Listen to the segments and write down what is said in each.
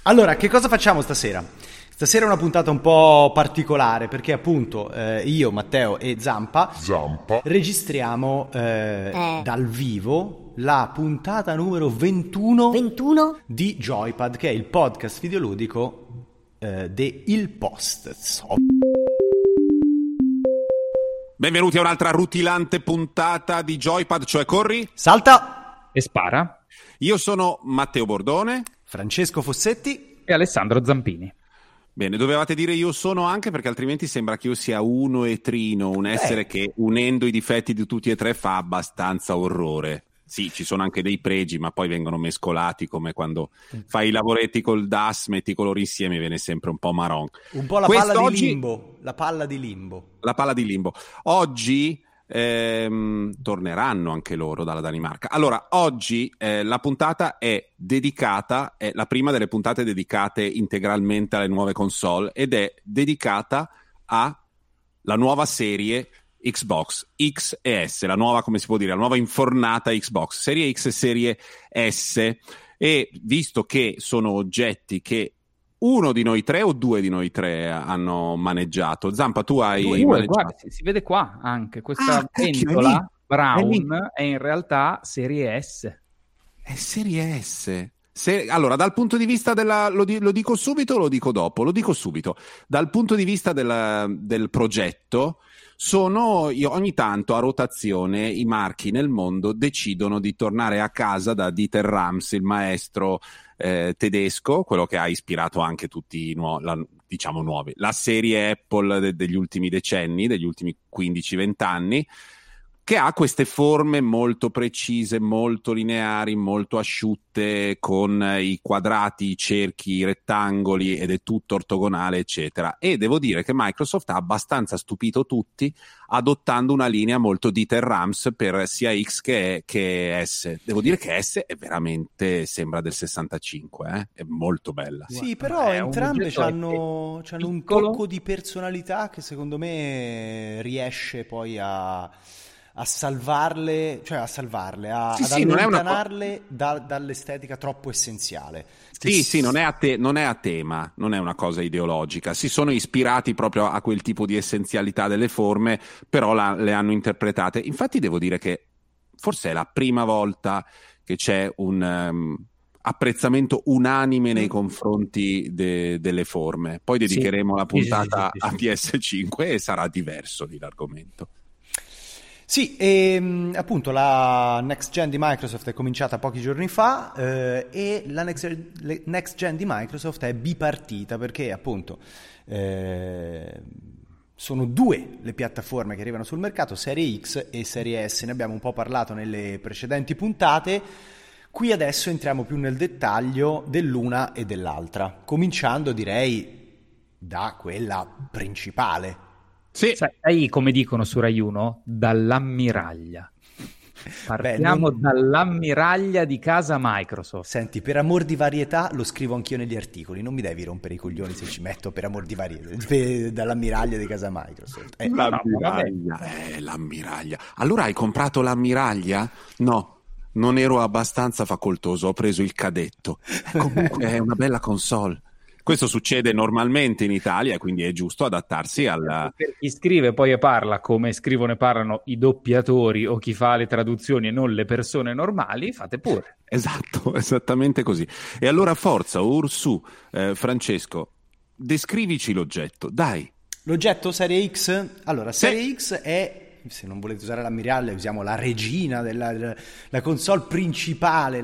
Allora, che cosa facciamo stasera? Stasera è una puntata un po' particolare perché appunto io, Matteo e Zampa registriamo dal vivo la puntata numero 21 di Joypad, che è il podcast videoludico de Il Post. Benvenuti a un'altra rutilante puntata di Joypad, cioè corri, salta e spara. Io sono Matteo Bordone, Francesco Fossetti e Alessandro Zampini. Bene, dovevate dire io sono anche, perché altrimenti sembra che io sia uno e trino, un essere che unendo i difetti di tutti e tre fa abbastanza orrore. Sì, ci sono anche dei pregi, ma poi vengono mescolati, come quando fai i lavoretti col DAS, metti i colori insieme, viene sempre un po' marron. Un po' la palla di limbo. La palla di limbo. La palla di limbo. Oggi torneranno anche loro dalla Danimarca. Allora, oggi la puntata è dedicata, è la prima delle puntate dedicate integralmente alle nuove console, ed è dedicata alla nuova serie Xbox X e S, la nuova, come si può dire, la nuova infornata Xbox, serie X e serie S. E visto che sono oggetti che uno di noi tre o due di noi tre hanno maneggiato, Zampa, tu hai maneggiato? Guarda, si vede qua anche questa pentola brown è in realtà serie S. È serie S. Allora, dal punto di vista lo dico subito o lo dico dopo? Lo dico subito. Dal punto di vista del progetto, ogni tanto a rotazione i marchi nel mondo decidono di tornare a casa da Dieter Rams, il maestro tedesco, quello che ha ispirato anche tutti nuovi, la serie Apple degli ultimi decenni, degli ultimi 15-20 anni, che ha queste forme molto precise, molto lineari, molto asciutte, con i quadrati, i cerchi, i rettangoli, ed è tutto ortogonale, eccetera. E devo dire che Microsoft ha abbastanza stupito tutti adottando una linea molto Dieter Rams per sia X che S. Devo dire che S è veramente, sembra del 65, è molto bella. Sì, però entrambe hanno un tocco di personalità che secondo me riesce poi a salvarle, ad allontanarle dall'estetica troppo essenziale. Sì, non è a tema, non è una cosa ideologica. Si sono ispirati proprio a quel tipo di essenzialità delle forme, però le hanno interpretate. Infatti devo dire che forse è la prima volta che c'è un apprezzamento unanime nei confronti delle forme. Poi dedicheremo la puntata a PS5 e sarà diverso lì l'argomento. Sì, e appunto la next gen di Microsoft è cominciata pochi giorni fa e la next gen di Microsoft è bipartita, perché appunto sono due le piattaforme che arrivano sul mercato, Serie X e Serie S. Ne abbiamo un po' parlato nelle precedenti puntate. Qui adesso entriamo più nel dettaglio dell'una e dell'altra, cominciando direi da quella principale. Sì. Sai come dicono su Rai 1? Dall'ammiraglia. Partiamo dall'ammiraglia di casa Microsoft. Senti, per amor di varietà lo scrivo anch'io negli articoli, non mi devi rompere i coglioni se ci metto per amor di varietà dall'ammiraglia di casa Microsoft. L'ammiraglia. Allora hai comprato l'ammiraglia? No, non ero abbastanza facoltoso, ho preso il cadetto. Comunque è una bella console. Questo succede normalmente in Italia, quindi è giusto adattarsi alla... Per chi scrive poi e parla come scrivono e parlano i doppiatori o chi fa le traduzioni e non le persone normali, fate pure. Esatto, esattamente così. E allora forza, Ursù, Francesco, descrivici l'oggetto, dai. L'oggetto Serie X? Allora, Serie X è, se non volete usare l'ammiraglia, usiamo la regina la console principale,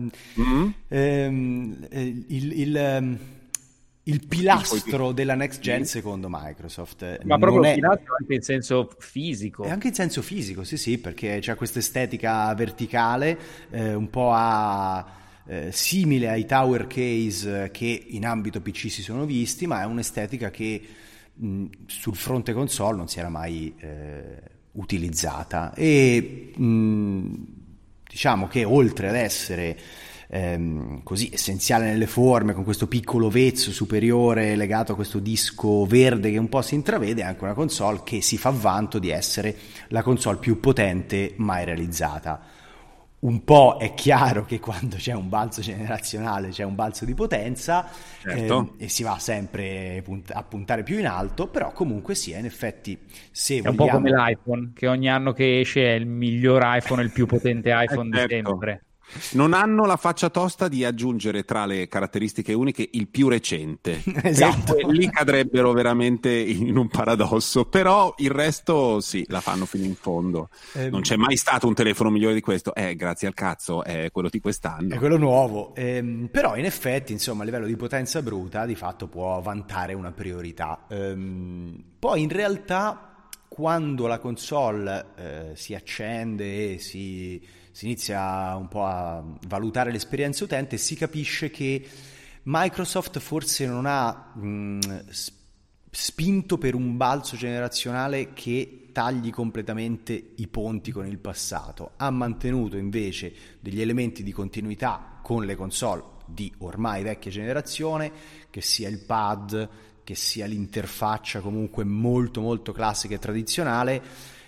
il pilastro della next gen secondo Microsoft. Ma proprio pilastro anche in senso fisico. E anche in senso fisico, sì, perché c'è questa estetica verticale, un po' simile ai tower case che in ambito PC si sono visti, ma è un'estetica che sul fronte console non si era mai utilizzata. E diciamo che oltre ad essere così essenziale nelle forme, con questo piccolo vezzo superiore legato a questo disco verde che un po' si intravede, è anche una console che si fa vanto di essere la console più potente mai realizzata. un po' è chiaro che quando c'è un balzo generazionale c'è un balzo di potenza, certo. E si va sempre a puntare più in alto, però comunque sia, in effetti, se È vogliamo... un po' come l'iPhone, che ogni anno che esce è il miglior iPhone, il più potente iPhone di certo. sempre. Non hanno la faccia tosta di aggiungere tra le caratteristiche uniche il più recente. Esatto. E lì cadrebbero veramente in un paradosso, però il resto sì, la fanno fino in fondo. Non c'è mai stato un telefono migliore di questo, grazie al cazzo, è quello di quest'anno. È quello nuovo, però in effetti, insomma, a livello di potenza bruta di fatto può vantare una priorità. Poi in realtà quando la console si accende e si inizia un po' a valutare l'esperienza utente, si capisce che Microsoft forse non ha spinto per un balzo generazionale che tagli completamente i ponti con il passato. Ha mantenuto invece degli elementi di continuità con le console di ormai vecchia generazione, che sia il pad, che sia l'interfaccia comunque molto molto classica e tradizionale.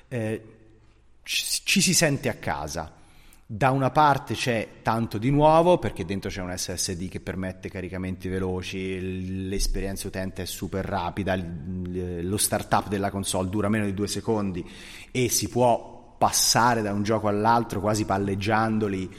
Ci si sente a casa. Da una parte c'è tanto di nuovo perché dentro c'è un SSD che permette caricamenti veloci, l'esperienza utente è super rapida, lo startup della console dura meno di 2 secondi e si può passare da un gioco all'altro quasi palleggiandoli,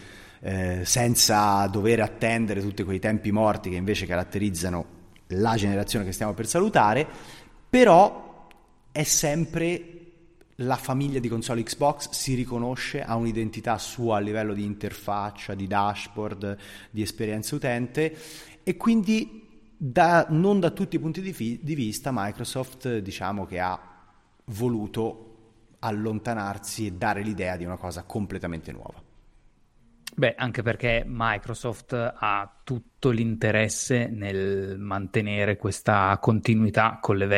senza dover attendere tutti quei tempi morti che invece caratterizzano la generazione che stiamo per salutare. Però è sempre la famiglia di console Xbox, si riconosce, ha un'identità sua a livello di interfaccia, di dashboard, di esperienza utente, e quindi non da tutti i punti di vista Microsoft diciamo che ha voluto allontanarsi e dare l'idea di una cosa completamente nuova. Beh, anche perché Microsoft ha tutto l'interesse nel mantenere questa continuità con la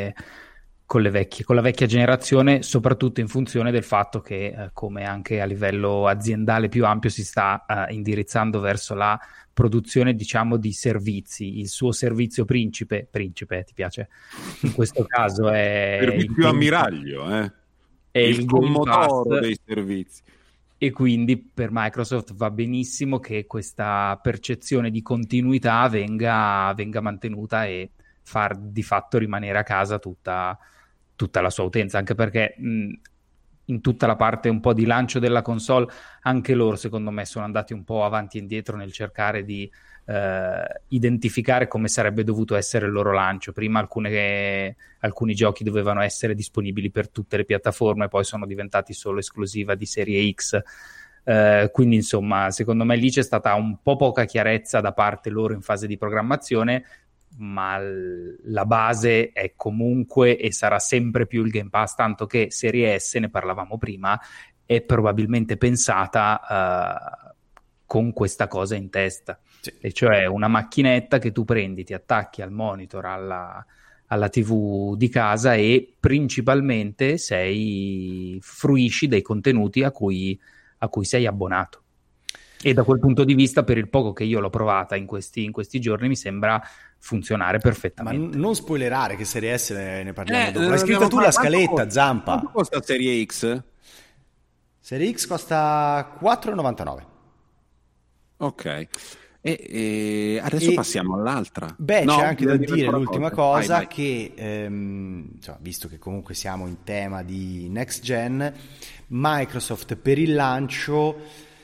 vecchia generazione, soprattutto in funzione del fatto che, come anche a livello aziendale più ampio, si sta indirizzando verso la produzione, diciamo, di servizi. Il suo servizio principe, ti piace? In questo caso è servizio ammiraglio, è il commotore dei servizi. E quindi per Microsoft va benissimo che questa percezione di continuità venga mantenuta e far di fatto rimanere a casa tutta la sua utenza, anche perché in tutta la parte un po' di lancio della console anche loro secondo me sono andati un po' avanti e indietro nel cercare di identificare come sarebbe dovuto essere il loro lancio. Prima alcuni giochi dovevano essere disponibili per tutte le piattaforme, poi sono diventati solo esclusiva di serie X, quindi insomma secondo me lì c'è stata un po' poca chiarezza da parte loro in fase di programmazione, ma la base è comunque e sarà sempre più il Game Pass, tanto che Serie S, ne parlavamo prima, è probabilmente pensata con questa cosa in testa, sì. E cioè una macchinetta che tu prendi, ti attacchi al monitor, alla TV di casa e principalmente fruisci dei contenuti a cui sei abbonato. E da quel punto di vista, per il poco che io l'ho provata in questi giorni, mi sembra funzionare perfettamente. Ma non spoilerare che Serie S ne parliamo dopo. L'hai scritta tu la scaletta, Zampa. Quanto costa Serie X? Serie X costa 4,99. Ok. E adesso passiamo all'altra. Beh, c'è anche da dire l'ultima cosa, vai. Che insomma, visto che comunque siamo in tema di next gen, Microsoft per il lancio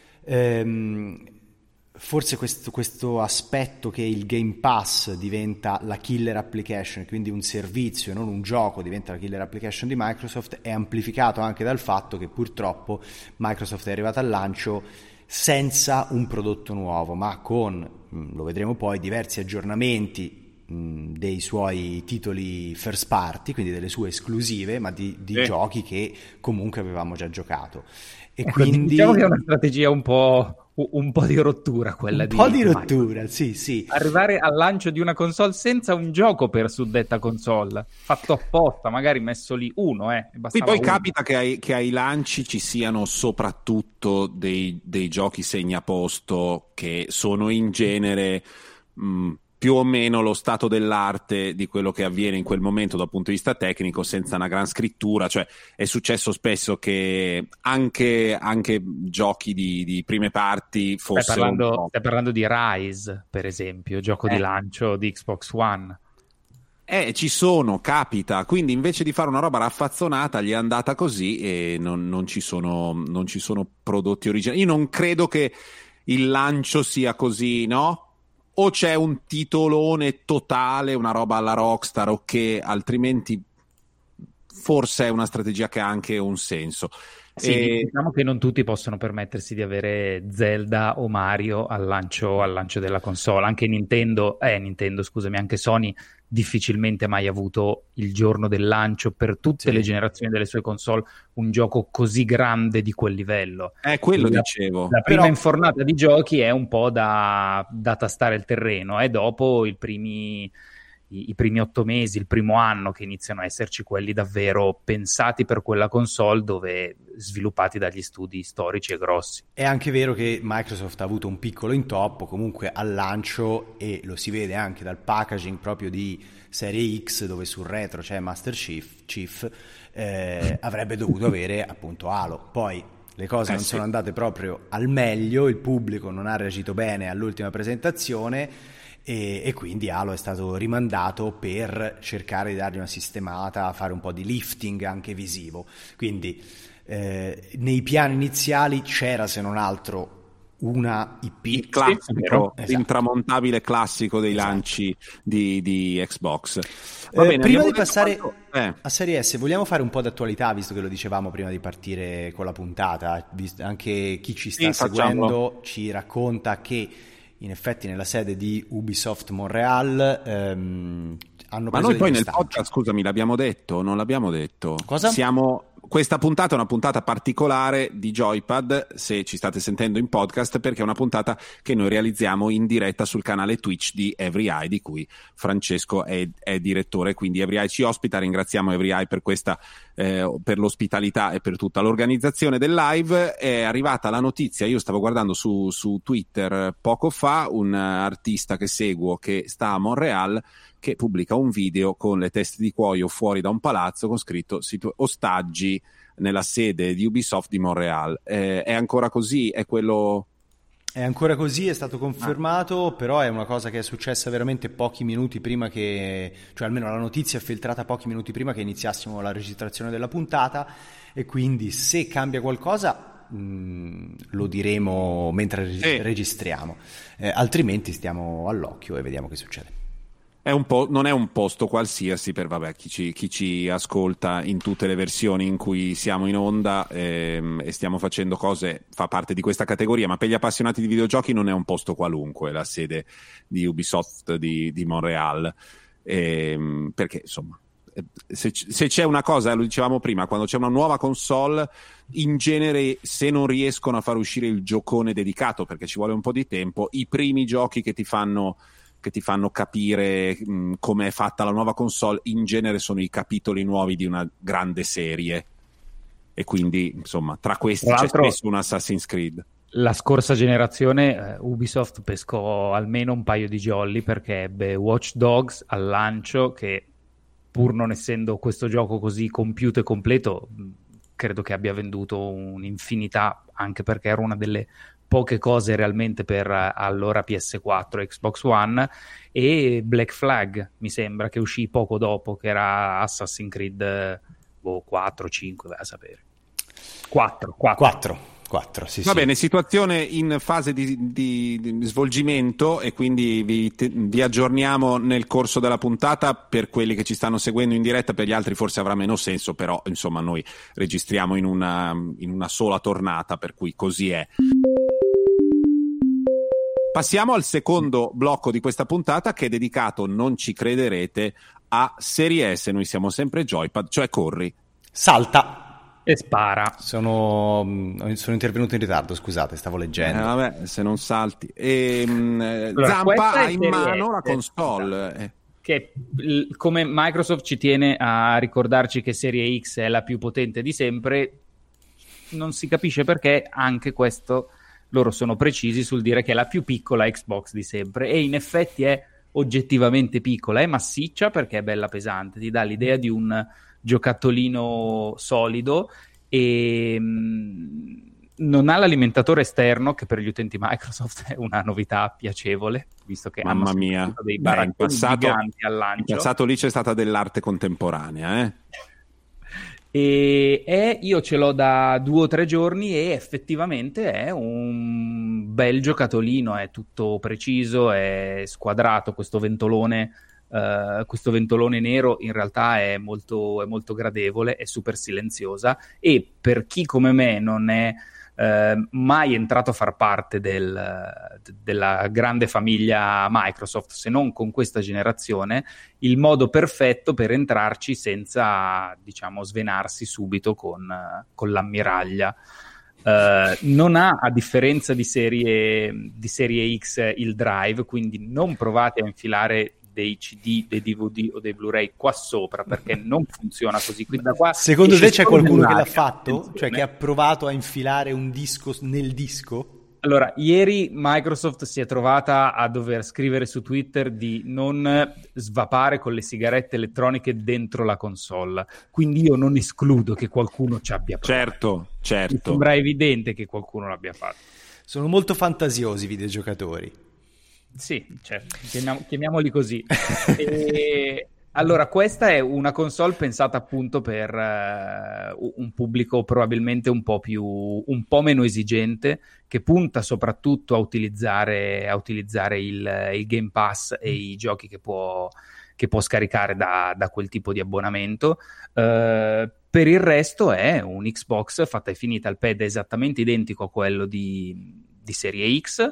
forse questo aspetto che il Game Pass diventa la killer application, quindi un servizio e non un gioco diventa la killer application di Microsoft, è amplificato anche dal fatto che purtroppo Microsoft è arrivata al lancio senza un prodotto nuovo, ma con, lo vedremo poi, diversi aggiornamenti dei suoi titoli first party, quindi delle sue esclusive, ma di giochi che comunque avevamo già giocato. E quindi diciamo che è una strategia un po' di rottura quella un po' di rottura, sì. Arrivare al lancio di una console senza un gioco per suddetta console, fatto apposta, magari messo lì uno, Qui poi capita che ai lanci ci siano soprattutto dei giochi segnaposto che sono in genere più o meno lo stato dell'arte di quello che avviene in quel momento dal punto di vista tecnico, senza una gran scrittura. Cioè è successo spesso che anche giochi di prime parti fossero... Stai parlando di Rise, per esempio, gioco di lancio di Xbox One. Ci sono, capita, quindi invece di fare una roba raffazzonata gli è andata così e non ci sono prodotti originali. Io non credo che il lancio sia così, no? O c'è un titolone totale, una roba alla Rockstar, o che altrimenti forse è una strategia che ha anche un senso. Sì, diciamo che non tutti possono permettersi di avere Zelda o Mario al lancio della console. Anche Nintendo, scusami, anche Sony difficilmente ha mai avuto il giorno del lancio per tutte le generazioni delle sue console un gioco così grande di quel livello. Quello dicevo. La prima infornata di giochi è un po' da tastare il terreno, e dopo i primi 8 mesi, il primo anno, che iniziano a esserci quelli davvero pensati per quella console, dove sviluppati dagli studi storici e grossi. È anche vero che Microsoft ha avuto un piccolo intoppo comunque al lancio, e lo si vede anche dal packaging proprio di Serie X, dove sul retro c'è Master Chief. Avrebbe dovuto avere appunto Halo. Poi le cose non sono andate proprio al meglio, il pubblico non ha reagito bene all'ultima presentazione, e quindi Halo è stato rimandato per cercare di dargli una sistemata, fare un po' di lifting anche visivo. Quindi nei piani iniziali c'era, se non altro, una IP, il classico, esatto, intramontabile classico dei lanci di Xbox. Va bene, prima di passare a Serie S, vogliamo fare un po' d'attualità, visto che lo dicevamo prima di partire con la puntata. Anche chi ci sta seguendo ci racconta che in effetti nella sede di Ubisoft Montreal hanno preso. Ma noi poi nel podcast, scusami, l'abbiamo detto? Non l'abbiamo detto? Cosa? Questa puntata è una puntata particolare di Joypad, se ci state sentendo in podcast, perché è una puntata che noi realizziamo in diretta sul canale Twitch di EveryEye, di cui Francesco è direttore, quindi EveryEye ci ospita. Ringraziamo EveryEye per questa per l'ospitalità e per tutta l'organizzazione del live. È arrivata la notizia, io stavo guardando su Twitter poco fa, un artista che seguo che sta a Montreal, che pubblica un video con le teste di cuoio fuori da un palazzo con scritto ostaggi nella sede di Ubisoft di Montreal. È ancora così? È ancora così, è stato confermato, però è una cosa che è successa veramente pochi minuti prima cioè almeno la notizia è filtrata pochi minuti prima che iniziassimo la registrazione della puntata, e quindi se cambia qualcosa lo diremo mentre registriamo, altrimenti stiamo all'occhio e vediamo che succede. Non è un posto qualsiasi per chi ci ascolta in tutte le versioni in cui siamo in onda, e stiamo facendo cose, fa parte di questa categoria, ma per gli appassionati di videogiochi non è un posto qualunque la sede di Ubisoft di Montreal, perché insomma se c'è una cosa, lo dicevamo prima, quando c'è una nuova console, in genere, se non riescono a far uscire il giocone dedicato, perché ci vuole un po' di tempo, i primi giochi che ti fanno capire come è fatta la nuova console in genere sono i capitoli nuovi di una grande serie, e quindi insomma tra questi c'è spesso un Assassin's Creed. La scorsa generazione Ubisoft pescò almeno un paio di jolly, perché ebbe Watch Dogs al lancio, che pur non essendo questo gioco così compiuto e completo, credo che abbia venduto un'infinità, anche perché era una delle poche cose realmente per allora PS4 e Xbox One. E Black Flag mi sembra che uscì poco dopo, che era Assassin's Creed 4, 5, vai a sapere. 4, sì. Va bene, situazione in fase di svolgimento, e quindi vi aggiorniamo nel corso della puntata per quelli che ci stanno seguendo in diretta. Per gli altri forse avrà meno senso, però insomma noi registriamo in una sola tornata, per cui così è. Passiamo al secondo blocco di questa puntata, che è dedicato, non ci crederete, a Serie S. Noi siamo sempre Joypad, cioè corri, salta e spara. Sono intervenuto in ritardo, scusate, stavo leggendo. Vabbè, se non salti. Allora, Zampa ha in Serie mano S, la console. Che come Microsoft ci tiene a ricordarci che Serie X è la più potente di sempre, non si capisce perché anche questo loro sono precisi sul dire che è la più piccola Xbox di sempre, e in effetti è oggettivamente piccola, è massiccia perché è bella pesante, ti dà l'idea di un giocattolino solido e non ha l'alimentatore esterno, che per gli utenti Microsoft è una novità piacevole, visto che mamma hanno mia, dei in giganti al lancio. In passato lì c'è stata dell'arte contemporanea, E io ce l'ho da 2 o 3 giorni e effettivamente è un bel giocattolino, è tutto preciso, è squadrato, questo ventolone nero in realtà è molto gradevole, è super silenziosa, e per chi come me non è mai entrato a far parte della grande famiglia Microsoft, se non con questa generazione, il modo perfetto per entrarci senza, diciamo, svenarsi subito con l'ammiraglia. Non ha, a differenza di serie X, il drive, quindi non provate a infilare dei CD, dei DVD o dei Blu-ray qua sopra, perché non funziona così. Quindi da qua secondo te c'è qualcuno che l'ha fatto? Attenzione. Cioè che ha provato a infilare un disco nel disco? Allora, ieri Microsoft si è trovata a dover scrivere su Twitter di non svapare con le sigarette elettroniche dentro la console, quindi io non escludo che qualcuno ci abbia provato. Certo. Mi sembra evidente che qualcuno l'abbia fatto. Sono molto fantasiosi i videogiocatori. Sì, cioè, chiamiamoli così. Allora, questa è una console pensata appunto per un pubblico probabilmente un po' meno esigente, che punta soprattutto a utilizzare il Game Pass e i giochi che può scaricare da quel tipo di abbonamento. Per il resto è un Xbox fatta e finita, il pad è esattamente identico a quello di serie X,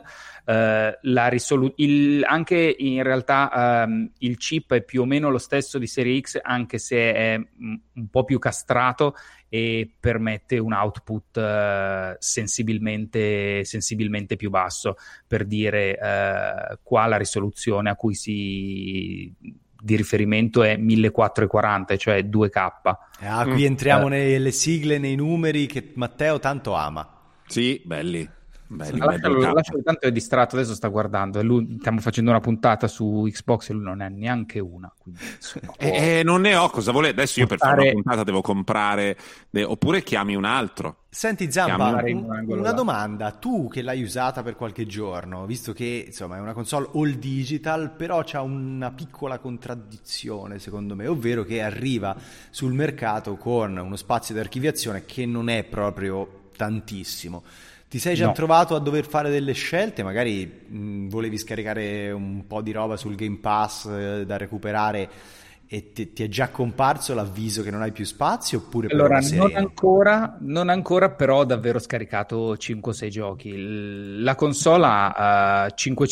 anche in realtà il chip è più o meno lo stesso di serie X, anche se è un po' più castrato e permette un output sensibilmente più basso. Per dire, qua la risoluzione a cui di riferimento è 1440, cioè 2K. Qui entriamo nelle sigle, nei numeri che Matteo tanto ama. Sì, belli. Lascialo, tanto è distratto, adesso sta guardando e lui, stiamo facendo una puntata su Xbox e lui non è neanche una, quindi, insomma, non ne ho, cosa vuole adesso io per fare una puntata devo comprare oppure chiami un altro. Senti Zampa, una domanda, tu che l'hai usata per qualche giorno, visto che insomma è una console all digital, però c'ha una piccola contraddizione secondo me, ovvero che arriva sul mercato con uno spazio di archiviazione che non è proprio tantissimo. Ti sei già trovato a dover fare delle scelte? Magari volevi scaricare un po' di roba sul Game Pass da recuperare e ti è già comparso l'avviso che non hai più spazio? Oppure allora, non ancora, però ho davvero scaricato 5-6 giochi. La console ha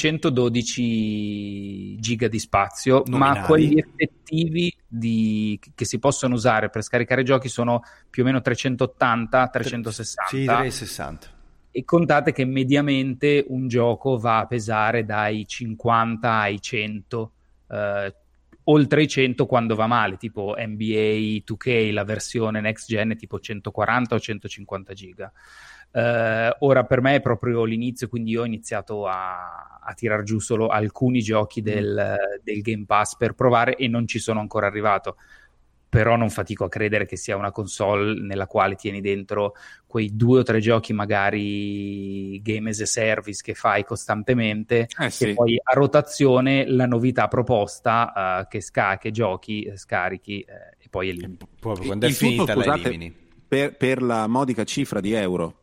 512 giga di spazio, nominali, ma quelli effettivi che si possono usare per scaricare giochi sono più o meno 380-360. Sì, 360. E contate che mediamente un gioco va a pesare dai 50 ai 100, oltre i 100 quando va male, tipo NBA 2K, la versione next gen è tipo 140 o 150 giga. Ora per me è proprio l'inizio, quindi io ho iniziato a tirar giù solo alcuni giochi del Game Pass per provare e non ci sono ancora arrivato. Però non fatico a credere che sia una console nella quale tieni dentro quei 2 o 3 giochi magari game as a service che fai costantemente, sì. E poi a rotazione la novità proposta che giochi, scarichi e poi elimini. Proprio quando è finita la elimini. Per la modica cifra di euro?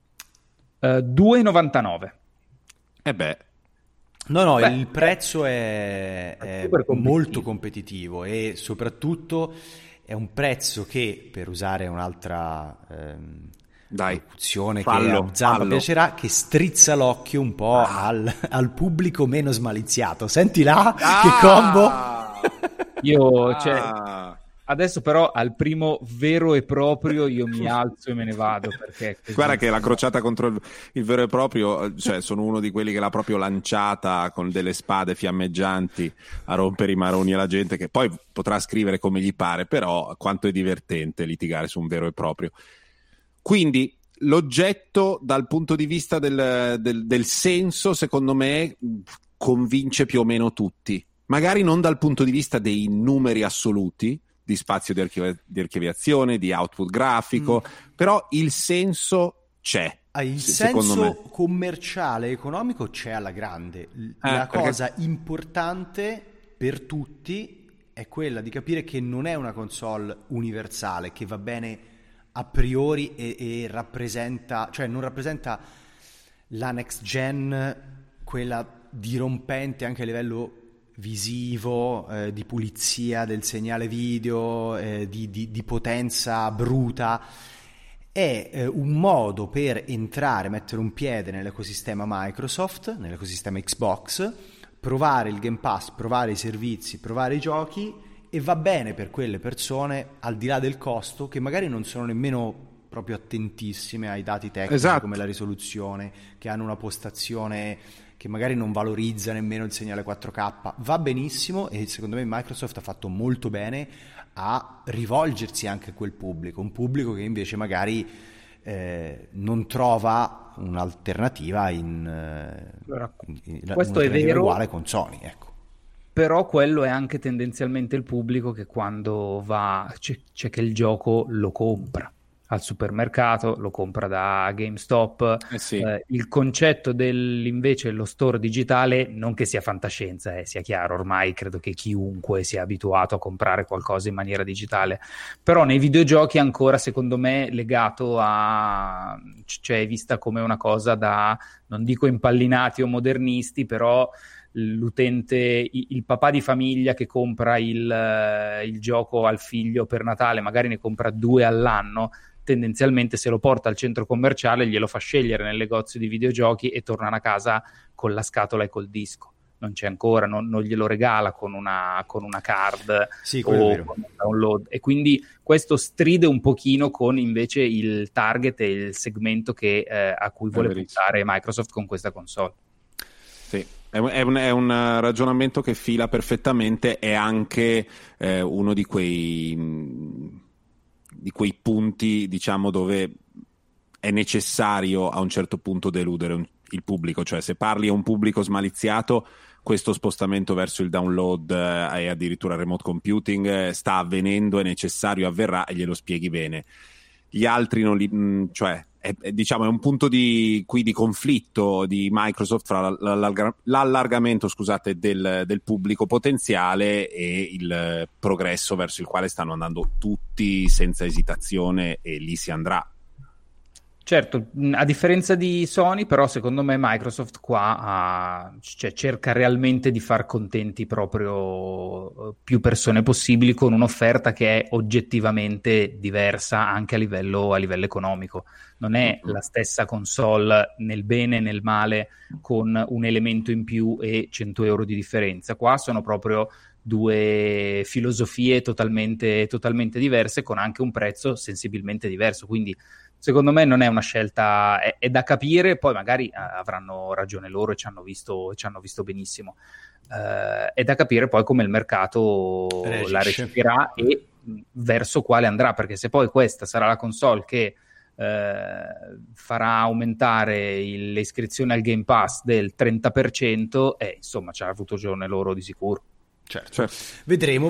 2,99. Beh. No, il prezzo è molto competitivo e soprattutto è un prezzo che, per usare un'altra opzione che a Zampa piacerà, che strizza l'occhio un po' al pubblico meno smaliziato. Senti là, che combo! Adesso però al primo vero e proprio io mi alzo e me ne vado, perché guarda che la crociata contro il vero e proprio, cioè sono uno di quelli che l'ha proprio lanciata con delle spade fiammeggianti a rompere i maroni alla gente, che poi potrà scrivere come gli pare, però quanto è divertente litigare su un vero e proprio. Quindi l'oggetto dal punto di vista del senso, secondo me convince più o meno tutti, magari non dal punto di vista dei numeri assoluti di spazio di archiviazione, di output grafico, però il senso c'è. Il senso commerciale e economico c'è alla grande. La cosa importante per tutti è quella di capire che non è una console universale, che va bene a priori e rappresenta, cioè non rappresenta la next gen, quella dirompente anche a livello visivo, di pulizia del segnale video, di potenza bruta. È un modo per entrare, mettere un piede nell'ecosistema Microsoft, nell'ecosistema Xbox, provare il Game Pass, provare i servizi, provare i giochi, e va bene per quelle persone, al di là del costo, che magari non sono nemmeno proprio attentissime ai dati tecnici, come la risoluzione, che hanno una postazione che magari non valorizza nemmeno il segnale 4K. Va benissimo, e secondo me Microsoft ha fatto molto bene a rivolgersi anche a quel pubblico, un pubblico che invece magari non trova un'alternativa questo è vero, uguale con Sony, ecco. Però quello è anche tendenzialmente il pubblico che quando c'è che il gioco lo compra al supermercato, lo compra da GameStop. Sì. Il concetto invece lo store digitale, non che sia fantascienza, sia chiaro, ormai credo che chiunque sia abituato a comprare qualcosa in maniera digitale, però nei videogiochi ancora, secondo me, legato a, cioè, è vista come una cosa da, non dico impallinati o modernisti, però l'utente, il papà di famiglia che compra il gioco al figlio per Natale, magari ne compra 2 all'anno, tendenzialmente se lo porta al centro commerciale glielo fa scegliere nel negozio di videogiochi e tornano a casa con la scatola e col disco. Non c'è ancora, non glielo regala con una card, sì, o con un download, e quindi questo stride un pochino con invece il target e il segmento a cui vuole puntare Microsoft con questa console. Sì, è un ragionamento che fila perfettamente, è anche uno di quei punti, diciamo, dove è necessario a un certo punto deludere il pubblico, cioè se parli a un pubblico smaliziato, questo spostamento verso il download e addirittura remote computing sta avvenendo, è necessario, avverrà, e glielo spieghi bene. Gli altri non li, cioè diciamo è un punto di conflitto di Microsoft fra l'allargamento, scusate, del pubblico potenziale e il progresso verso il quale stanno andando tutti senza esitazione, e lì si andrà. Certo, a differenza di Sony, però secondo me Microsoft qua cerca realmente di far contenti proprio più persone possibili, con un'offerta che è oggettivamente diversa anche a livello economico. Non è la stessa console nel bene e nel male, con un elemento in più e 100 euro di differenza. Qua sono proprio 2 filosofie totalmente diverse, con anche un prezzo sensibilmente diverso, quindi secondo me non è una scelta, è da capire, poi magari avranno ragione loro e ci hanno visto benissimo, è da capire poi come il mercato la recepirà e verso quale andrà, perché se poi questa sarà la console che farà aumentare le iscrizioni al Game Pass del 30%, insomma ci ha avuto ragione loro di sicuro. Certo. Vedremo.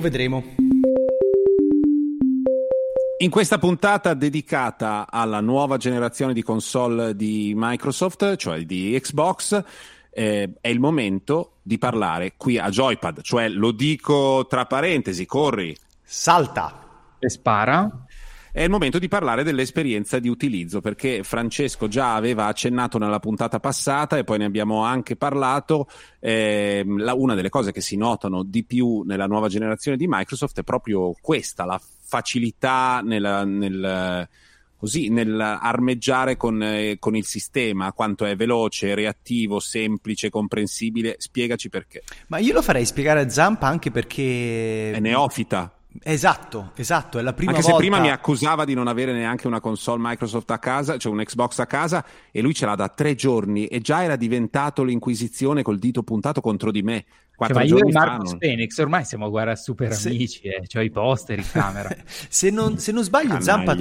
In questa puntata dedicata alla nuova generazione di console di Microsoft, cioè di Xbox, è il momento di parlare qui a Joypad, cioè, lo dico tra parentesi, corri, salta e spara. È il momento di parlare dell'esperienza di utilizzo, perché Francesco già aveva accennato nella puntata passata e poi ne abbiamo anche parlato. Una delle cose che si notano di più nella nuova generazione di Microsoft è proprio questa, la facilità nel armeggiare con il sistema, quanto è veloce, reattivo, semplice, comprensibile. Spiegaci perché. Ma io lo farei spiegare a Zampa, anche perché è neofita. Esatto, è la prima volta. Anche se prima mi accusava di non avere neanche una console Microsoft a casa, cioè un Xbox a casa, e lui ce l'ha da 3 giorni e già era diventato l'Inquisizione col dito puntato contro di me. Ma io e Marcus Phoenix ormai siamo super amici, c'ho i poster in camera. Se non sbaglio, Canaglia.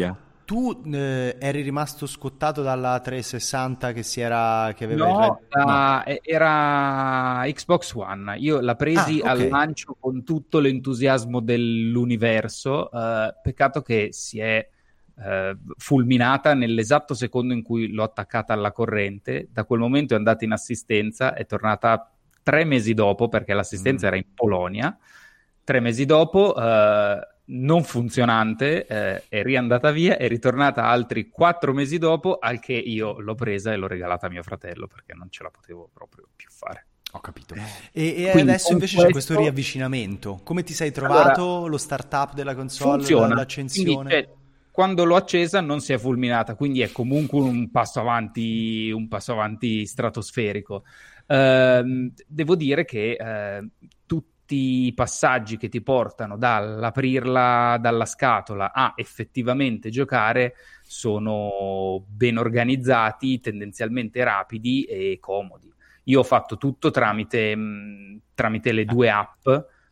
tu eri rimasto scottato dalla 360 che aveva No, no. era Xbox One. Io la presi ok. al lancio con tutto l'entusiasmo dell'universo. Peccato che si è fulminata nell'esatto secondo in cui l'ho attaccata alla corrente. Da quel momento è andata in assistenza, è tornata 3 mesi dopo, perché l'assistenza era in Polonia. 3 mesi dopo, non funzionante, è riandata via, è ritornata altri 4 mesi dopo, al che io l'ho presa e l'ho regalata a mio fratello, perché non ce la potevo proprio più fare. Ho capito. E Quindi adesso invece c'è questo riavvicinamento. Come ti sei trovato? Lo startup della console, funziona. l'accensione? Quindi, quando l'ho accesa non si è fulminata, quindi è comunque un passo avanti stratosferico. Devo dire che tutti i passaggi che ti portano dall'aprirla dalla scatola a effettivamente giocare sono ben organizzati, tendenzialmente rapidi e comodi. Io ho fatto tutto tramite le 2 app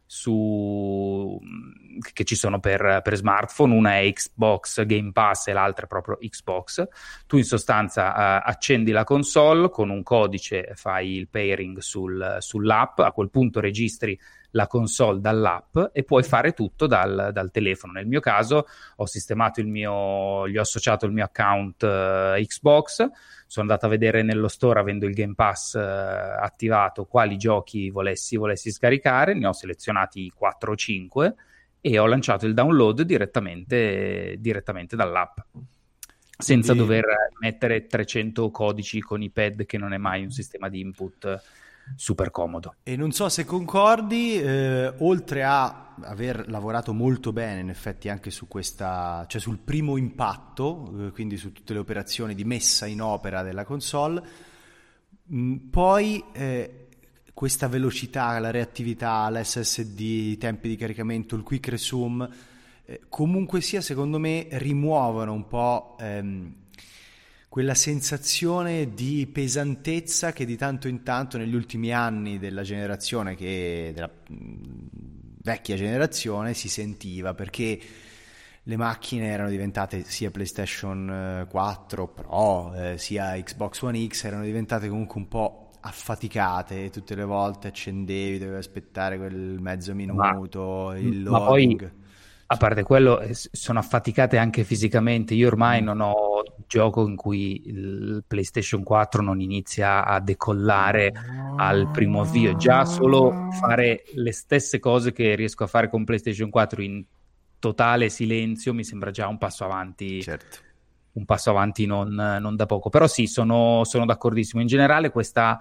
che ci sono per smartphone. Una è Xbox Game Pass e l'altra è proprio Xbox. Tu in sostanza accendi la console, con un codice fai il pairing sull'app, a quel punto registri la console dall'app e puoi fare tutto dal telefono. Nel mio caso ho sistemato gli ho associato il mio account Xbox, sono andato a vedere nello store, avendo il Game Pass attivato, quali giochi volessi scaricare, ne ho selezionati 4 o 5 e ho lanciato il download direttamente dall'app, senza dover mettere 300 codici con i pad, che non è mai un sistema di input super comodo. E non so se concordi, oltre a aver lavorato molto bene in effetti anche su questa, cioè sul primo impatto, quindi su tutte le operazioni di messa in opera della console, poi questa velocità, la reattività, l'SSD, i tempi di caricamento, il quick resume, comunque sia, secondo me rimuovono un po' quella sensazione di pesantezza che di tanto in tanto negli ultimi anni della generazione, della vecchia generazione, si sentiva, perché le macchine erano diventate, sia PlayStation 4 Pro sia Xbox One X, erano diventate comunque un po' affaticate, tutte le volte accendevi, dovevi aspettare quel mezzo minuto, il loading. Ma poi, a parte quello, sono affaticate anche fisicamente. Io ormai non ho gioco in cui il PlayStation 4 non inizia a decollare al primo avvio. Già solo fare le stesse cose che riesco a fare con PlayStation 4 in totale silenzio mi sembra già un passo avanti. Certo. Un passo avanti non da poco. Però sì, sono d'accordissimo. In generale questa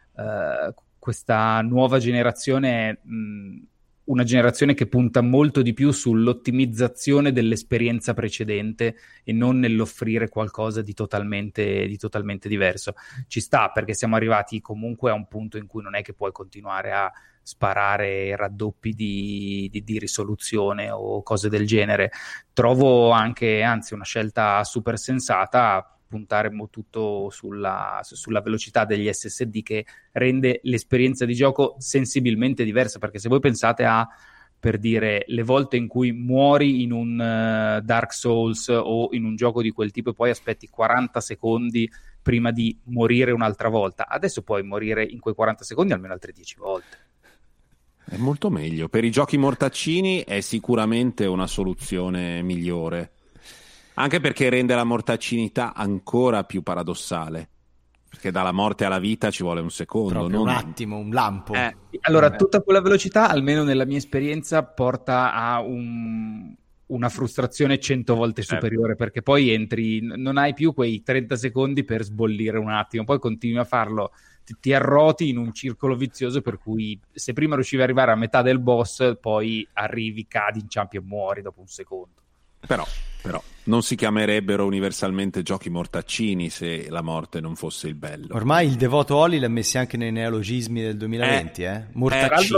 nuova generazione è una generazione che punta molto di più sull'ottimizzazione dell'esperienza precedente e non nell'offrire qualcosa di totalmente diverso. Ci sta, perché siamo arrivati comunque a un punto in cui non è che puoi continuare a sparare raddoppi di risoluzione o cose del genere. Trovo anche, anzi, una scelta super sensata puntare tutto sulla velocità degli SSD, che rende l'esperienza di gioco sensibilmente diversa, perché se voi pensate per dire, le volte in cui muori in un Dark Souls o in un gioco di quel tipo e poi aspetti 40 secondi prima di morire un'altra volta, adesso puoi morire in quei 40 secondi almeno altre 10 volte. È molto meglio. Per i giochi mortaccini è sicuramente una soluzione migliore, anche perché rende la mortaccinità ancora più paradossale, perché dalla morte alla vita ci vuole un secondo, proprio un attimo, un lampo. Allora, tutta quella velocità, almeno nella mia esperienza, porta a una frustrazione 100 volte superiore, perché poi entri, non hai più quei 30 secondi per sbollire un attimo, poi continui a farlo, ti arroti in un circolo vizioso, per cui se prima riuscivi ad arrivare a metà del boss, poi arrivi, cadi, inciampi e muori dopo un secondo. Però non si chiamerebbero universalmente giochi mortaccini se la morte non fosse il bello. Ormai il devoto Oli l'ha messi anche nei neologismi del 2020, mortaccino.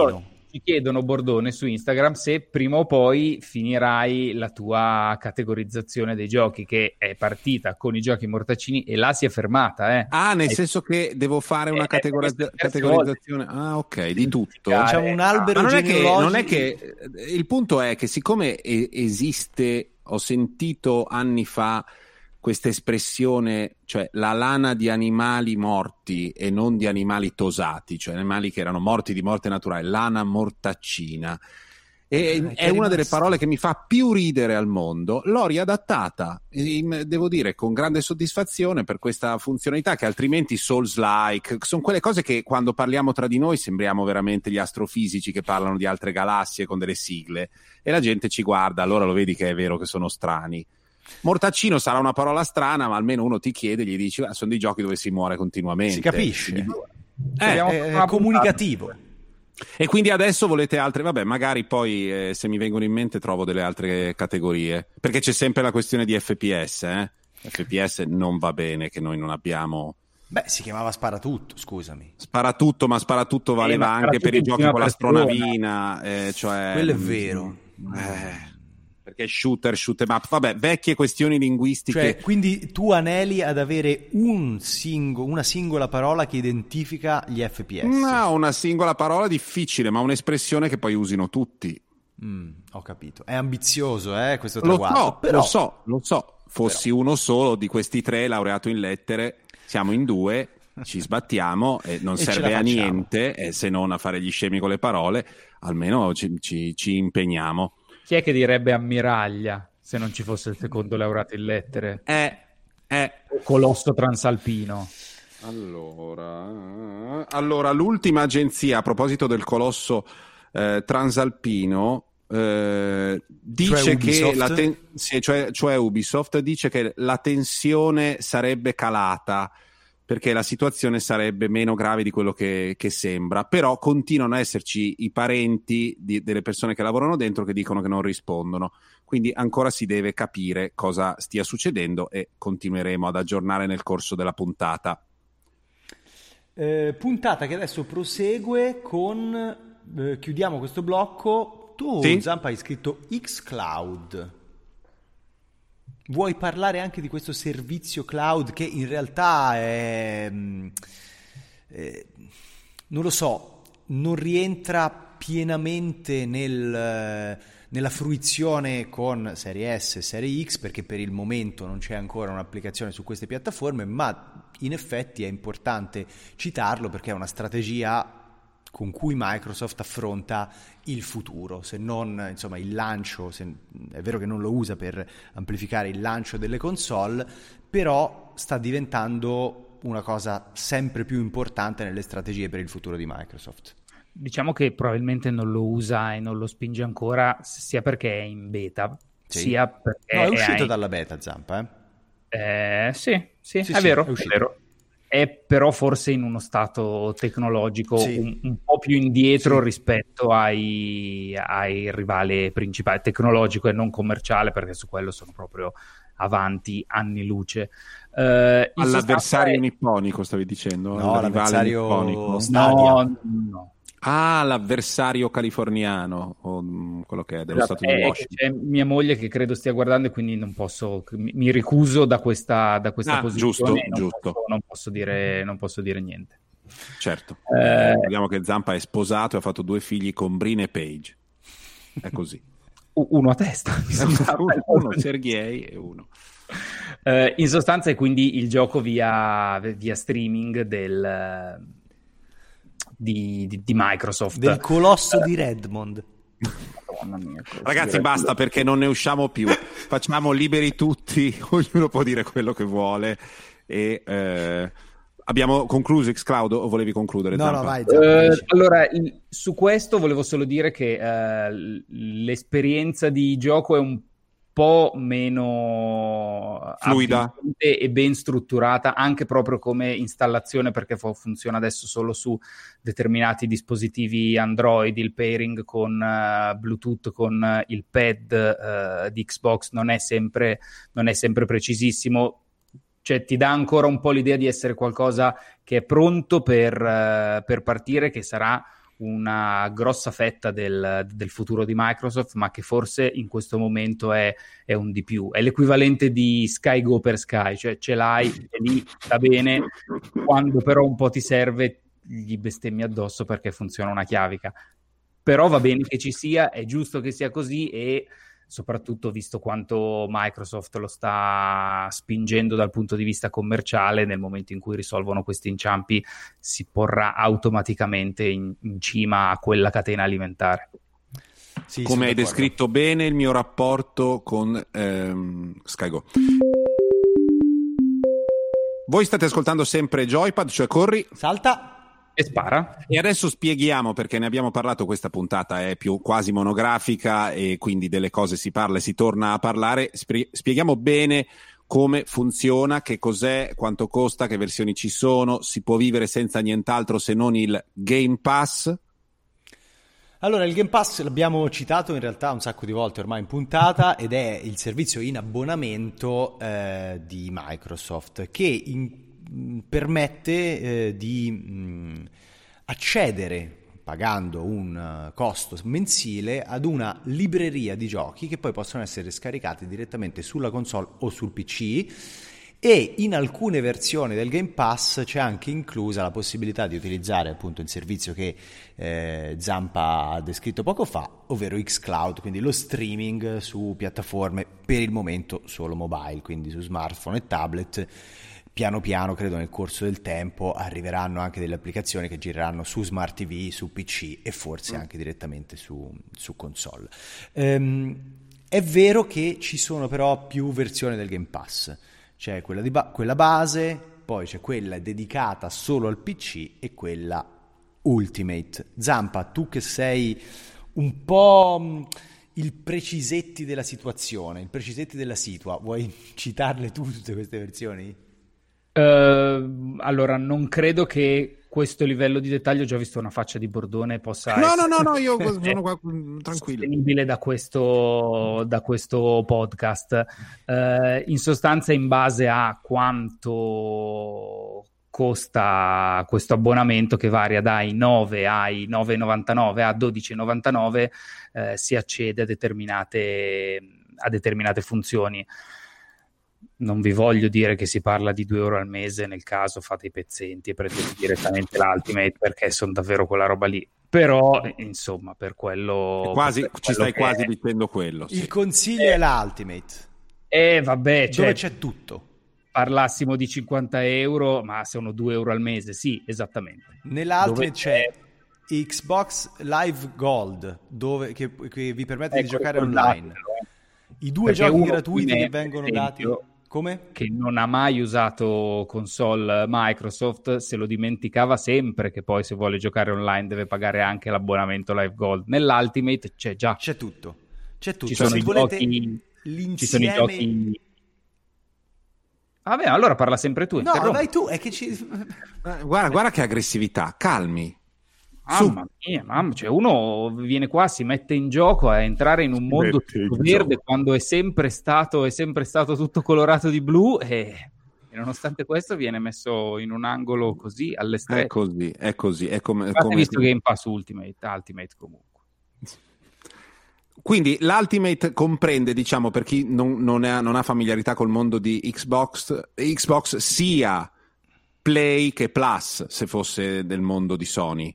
ci chiedono, Bordone, su Instagram, se prima o poi finirai la tua categorizzazione dei giochi, che è partita con i giochi mortaccini e là si è fermata. Nel senso che devo fare una categorizzazione. Ah, ok, di tutto. Diciamo un albero genealogico. Non è che il punto è che siccome esiste, ho sentito anni fa questa espressione, cioè la lana di animali morti e non di animali tosati, cioè animali che erano morti di morte naturale, lana mortaccina. E è una delle parole che mi fa più ridere al mondo. L'ho riadattata, devo dire, con grande soddisfazione per questa funzionalità che altrimenti Souls-like, sono quelle cose che quando parliamo tra di noi sembriamo veramente gli astrofisici che parlano di altre galassie con delle sigle e la gente ci guarda, allora lo vedi che è vero che sono strani. Mortaccino sarà una parola strana, ma almeno uno ti chiede, gli dici sono dei giochi dove si muore continuamente. Si capisce. È comunicativo. E quindi adesso volete altre? Vabbè, magari poi se mi vengono in mente trovo delle altre categorie. Perché c'è sempre la questione di FPS, FPS non va bene che noi non abbiamo... Beh, si chiamava Sparatutto, scusami. Sparatutto, ma Sparatutto valeva anche per i giochi con l'astronavina. Cioè, quello è vero. Perché shooter em up, vabbè, vecchie questioni linguistiche. Cioè, quindi tu aneli ad avere una singola parola che identifica gli FPS? No, una singola parola difficile, ma un'espressione che poi usino tutti. Ho capito. È ambizioso, questo traguardo. Lo so. Fossi uno solo di questi tre laureato in lettere, siamo in due, ci sbattiamo e non serve a niente se non a fare gli scemi con le parole, almeno ci impegniamo. Chi è che direbbe ammiraglia se non ci fosse il secondo laureato in lettere? Colosso transalpino. Allora, l'ultima agenzia, a proposito del colosso transalpino, dice cioè Ubisoft dice che la tensione sarebbe calata perché la situazione sarebbe meno grave di quello che sembra, però continuano a esserci i parenti delle persone che lavorano dentro che dicono che non rispondono, quindi ancora si deve capire cosa stia succedendo e continueremo ad aggiornare nel corso della puntata. Puntata che adesso prosegue con, chiudiamo questo blocco, tu sì? Zampa hai scritto xCloud. Vuoi parlare anche di questo servizio cloud che in realtà è, non lo so, non rientra pienamente nella fruizione con Serie S e Serie X perché per il momento non c'è ancora un'applicazione su queste piattaforme, ma in effetti è importante citarlo perché è una strategia con cui Microsoft affronta il futuro, se non insomma il lancio, è vero che non lo usa per amplificare il lancio delle console, però sta diventando una cosa sempre più importante nelle strategie per il futuro di Microsoft. Diciamo che probabilmente non lo usa e non lo spinge ancora, sia perché è in beta, sia perché... No, è uscito dalla beta, Zampa, Sì, è vero, è vero. È però forse in uno stato tecnologico un po' più indietro rispetto ai rivali principali, tecnologico e non commerciale, perché su quello sono proprio avanti anni luce. All'avversario nipponico stavi dicendo? No, l'avversario nipponico. No. Ah, l'avversario californiano, o quello che è dello stato di Washington. C'è mia moglie che credo stia guardando e quindi non posso, mi ricuso da questa posizione. Giusto. Non posso dire niente. Certo. Vediamo che Zampa è sposato e ha fatto 2 figli con Brin e Page. È così. Uno a testa. uno Sergei e uno. In sostanza è quindi il gioco via streaming di Microsoft, del colosso di Redmond. Mia, ragazzi basta perché non ne usciamo più, facciamo liberi tutti, ognuno può dire quello che vuole e abbiamo concluso xCloud o volevi concludere? No, vai, allora su questo volevo solo dire che l'esperienza di gioco è un po' meno fluida e ben strutturata, anche proprio come installazione, perché funziona adesso solo su determinati dispositivi Android. Il pairing con Bluetooth con il pad di Xbox non è sempre precisissimo, cioè ti dà ancora un po' l'idea di essere qualcosa che è pronto per partire, che sarà una grossa fetta del futuro di Microsoft, ma che forse in questo momento è un di più. È l'equivalente di Sky Go per Sky, cioè ce l'hai e lì sta bene, quando però un po' ti serve gli bestemmi addosso perché funziona una chiavica. Però va bene che ci sia, è giusto che sia così, e soprattutto visto quanto Microsoft lo sta spingendo dal punto di vista commerciale, nel momento in cui risolvono questi inciampi si porrà automaticamente in cima a quella catena alimentare. Sì, come hai descritto bene il mio rapporto con SkyGo. Voi state ascoltando sempre Joypad, cioè corri, salta e spara. E adesso spieghiamo, perché ne abbiamo parlato, questa puntata è più quasi monografica e quindi delle cose si parla e si torna a parlare. Spieghiamo bene come funziona, che cos'è, quanto costa, che versioni ci sono, si può vivere senza nient'altro se non il Game Pass. Allora, il Game Pass l'abbiamo citato in realtà un sacco di volte ormai in puntata, ed è il servizio in abbonamento di Microsoft che permette di accedere, pagando un costo mensile, ad una libreria di giochi che poi possono essere scaricati direttamente sulla console o sul PC, e in alcune versioni del Game Pass c'è anche inclusa la possibilità di utilizzare appunto il servizio che Zampa ha descritto poco fa, ovvero xCloud, quindi lo streaming su piattaforme per il momento solo mobile, quindi su smartphone e tablet. Piano piano, credo nel corso del tempo, arriveranno anche delle applicazioni che gireranno su Smart TV, su PC e forse anche direttamente su console. È vero che ci sono però più versioni del Game Pass. C'è quella, quella base, poi c'è quella dedicata solo al PC e quella Ultimate. Zampa, tu che sei un po' il precisetti della situazione, il precisetti della situa, vuoi citarle tu tutte queste versioni? Allora, non credo che questo livello di dettaglio, ho già visto una faccia di Bordone, possa essere no, io sono qua tranquillo, sostenibile da questo podcast. In sostanza, in base a quanto costa questo abbonamento, che varia dai 9 ai 9,99 a 12,99, si accede a determinate funzioni. Non vi voglio dire che si parla di 2 euro al mese, nel caso fate i pezzenti e prendete direttamente l'Ultimate, perché sono davvero quella roba lì. Però, insomma, per quello... ci stai quasi dicendo quello. Sì. Il consiglio è l'Ultimate. Vabbè, dove c'è tutto. Parlassimo di 50 euro, ma sono 2 euro al mese, sì, esattamente. Nell'Ultimate c'è Xbox Live Gold, che vi permette di giocare online. I 2 giochi gratuiti che vengono dati... Come? Che non ha mai usato console Microsoft, se lo dimenticava sempre che poi se vuole giocare online deve pagare anche l'abbonamento Live Gold. Nell'Ultimate c'è già. C'è tutto. Ci sono i giochi... Ci sono i giochi... Vabbè, allora parla sempre tu. No, vai tu, è che guarda che aggressività, calmi. Mamma mia, cioè uno viene qua, si mette in gioco a entrare in un mondo tutto verde quando è sempre stato tutto colorato di blu, e nonostante questo viene messo in un angolo così all'estremo. È così. È come visto Game Pass Ultimate comunque. Quindi l'Ultimate comprende, diciamo, per chi non ha familiarità col mondo di Xbox, sia Play che Plus, se fosse del mondo di Sony.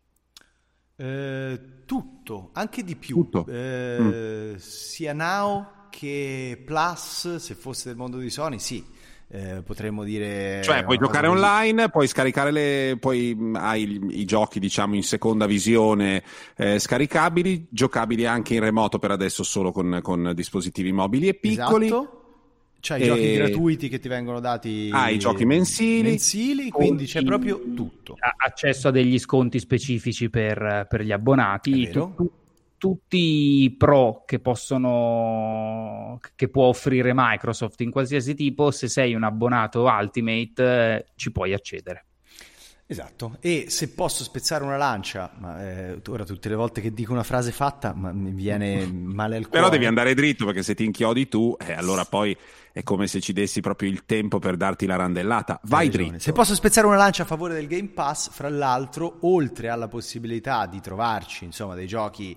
Tutto, anche di più. Tutto. Sia Now che Plus, se fosse del mondo di Sony, sì. Potremmo dire, cioè puoi giocare online, puoi scaricare poi hai i giochi, diciamo, in seconda visione, scaricabili, giocabili anche in remoto per adesso solo con dispositivi mobili e piccoli. Esatto. C'hai i giochi gratuiti che ti vengono dati, i giochi mensili, quindi c'è proprio tutto. Accesso a degli sconti specifici per gli abbonati, tutti i pro che può offrire Microsoft in qualsiasi tipo. Se sei un abbonato Ultimate ci puoi accedere. Esatto, e se posso spezzare una lancia, ma ora tutte le volte che dico una frase fatta mi viene male al cuore. Però devi andare dritto, perché se ti inchiodi tu, allora poi è come se ci dessi proprio il tempo per darti la randellata. Vai dritto. Se posso spezzare una lancia a favore del Game Pass, fra l'altro, oltre alla possibilità di trovarci, insomma, dei giochi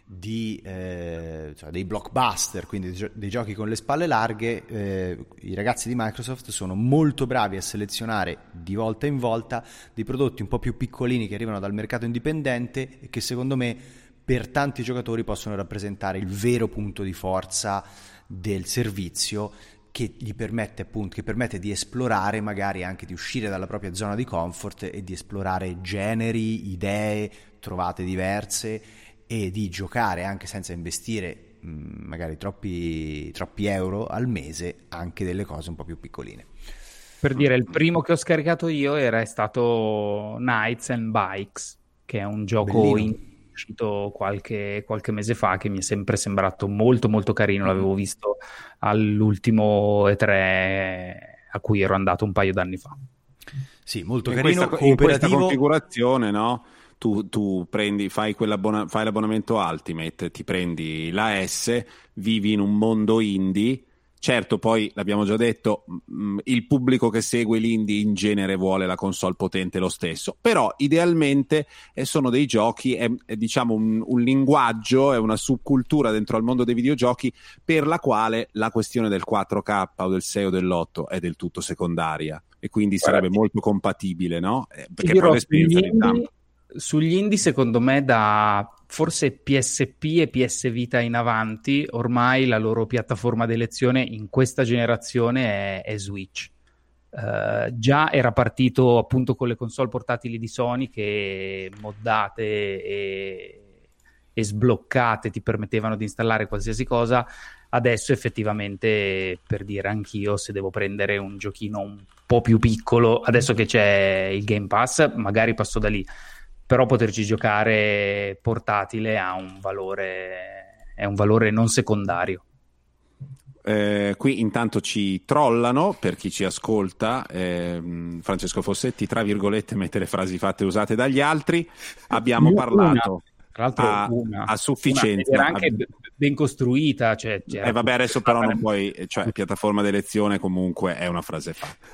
dei blockbuster, quindi dei giochi con le spalle larghe, i ragazzi di Microsoft sono molto bravi a selezionare di volta in volta dei prodotti un po' più piccolini che arrivano dal mercato indipendente e che secondo me per tanti giocatori possono rappresentare il vero punto di forza del servizio, che gli permette di esplorare, magari anche di uscire dalla propria zona di comfort e di esplorare generi, idee trovate diverse, e di giocare anche senza investire magari troppi euro al mese, anche delle cose un po' più piccoline. Per dire, il primo che ho scaricato io è stato Knights and Bikes, che è un gioco uscito qualche mese fa, che mi è sempre sembrato molto molto carino. L'avevo visto all'ultimo E3 a cui ero andato un paio d'anni fa. Sì, molto carino, cooperativo. In questa configurazione, no? Tu prendi, fai l'abbonamento Ultimate, ti prendi la S, vivi in un mondo indie. Certo, poi l'abbiamo già detto, il pubblico che segue l'indie in genere vuole la console potente lo stesso, però idealmente sono dei giochi, è diciamo un linguaggio, è una subcultura dentro al mondo dei videogiochi per la quale la questione del 4K o del 6 o dell'8 è del tutto secondaria, e quindi sarebbe molto compatibile, no? Perché poi l'esperienza di campo. Sugli indie, secondo me, da forse PSP e PS Vita in avanti, ormai la loro piattaforma d'elezione in questa generazione è Switch. Già era partito appunto con le console portatili di Sony che moddate e sbloccate ti permettevano di installare qualsiasi cosa. Adesso effettivamente, per dire, anch'io se devo prendere un giochino un po' più piccolo, adesso che c'è il Game Pass, magari passo da lì. Però poterci giocare portatile ha è un valore non secondario. Qui intanto ci trollano, per chi ci ascolta, Francesco Fossetti, tra virgolette, mette le frasi fatte usate dagli altri. Abbiamo parlato a sufficienza. Era anche ben costruita. Vabbè, adesso però non puoi, cioè piattaforma d'elezione comunque è una frase fatta.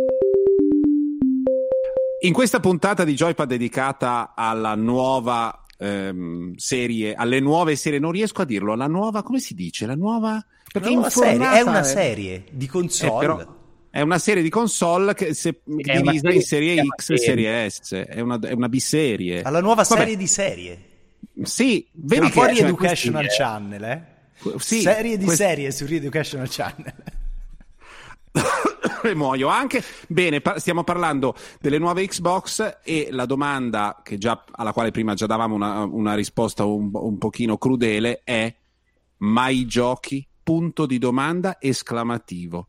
In questa puntata di Joypad dedicata alla nuova serie, alle nuove serie, non riesco a dirlo, la nuova, come si dice? La nuova? Perché è una serie di console. È una serie di console che divisa in serie X e serie S, è una biserie. Alla nuova serie di serie. Sì, vedi che fuori Educational Channel, Sì, serie di serie su Educational Channel. E muoio anche. Bene, stiamo parlando delle nuove Xbox, e la domanda alla quale prima già davamo una risposta un pochino crudele è: ma i giochi? Punto di domanda esclamativo.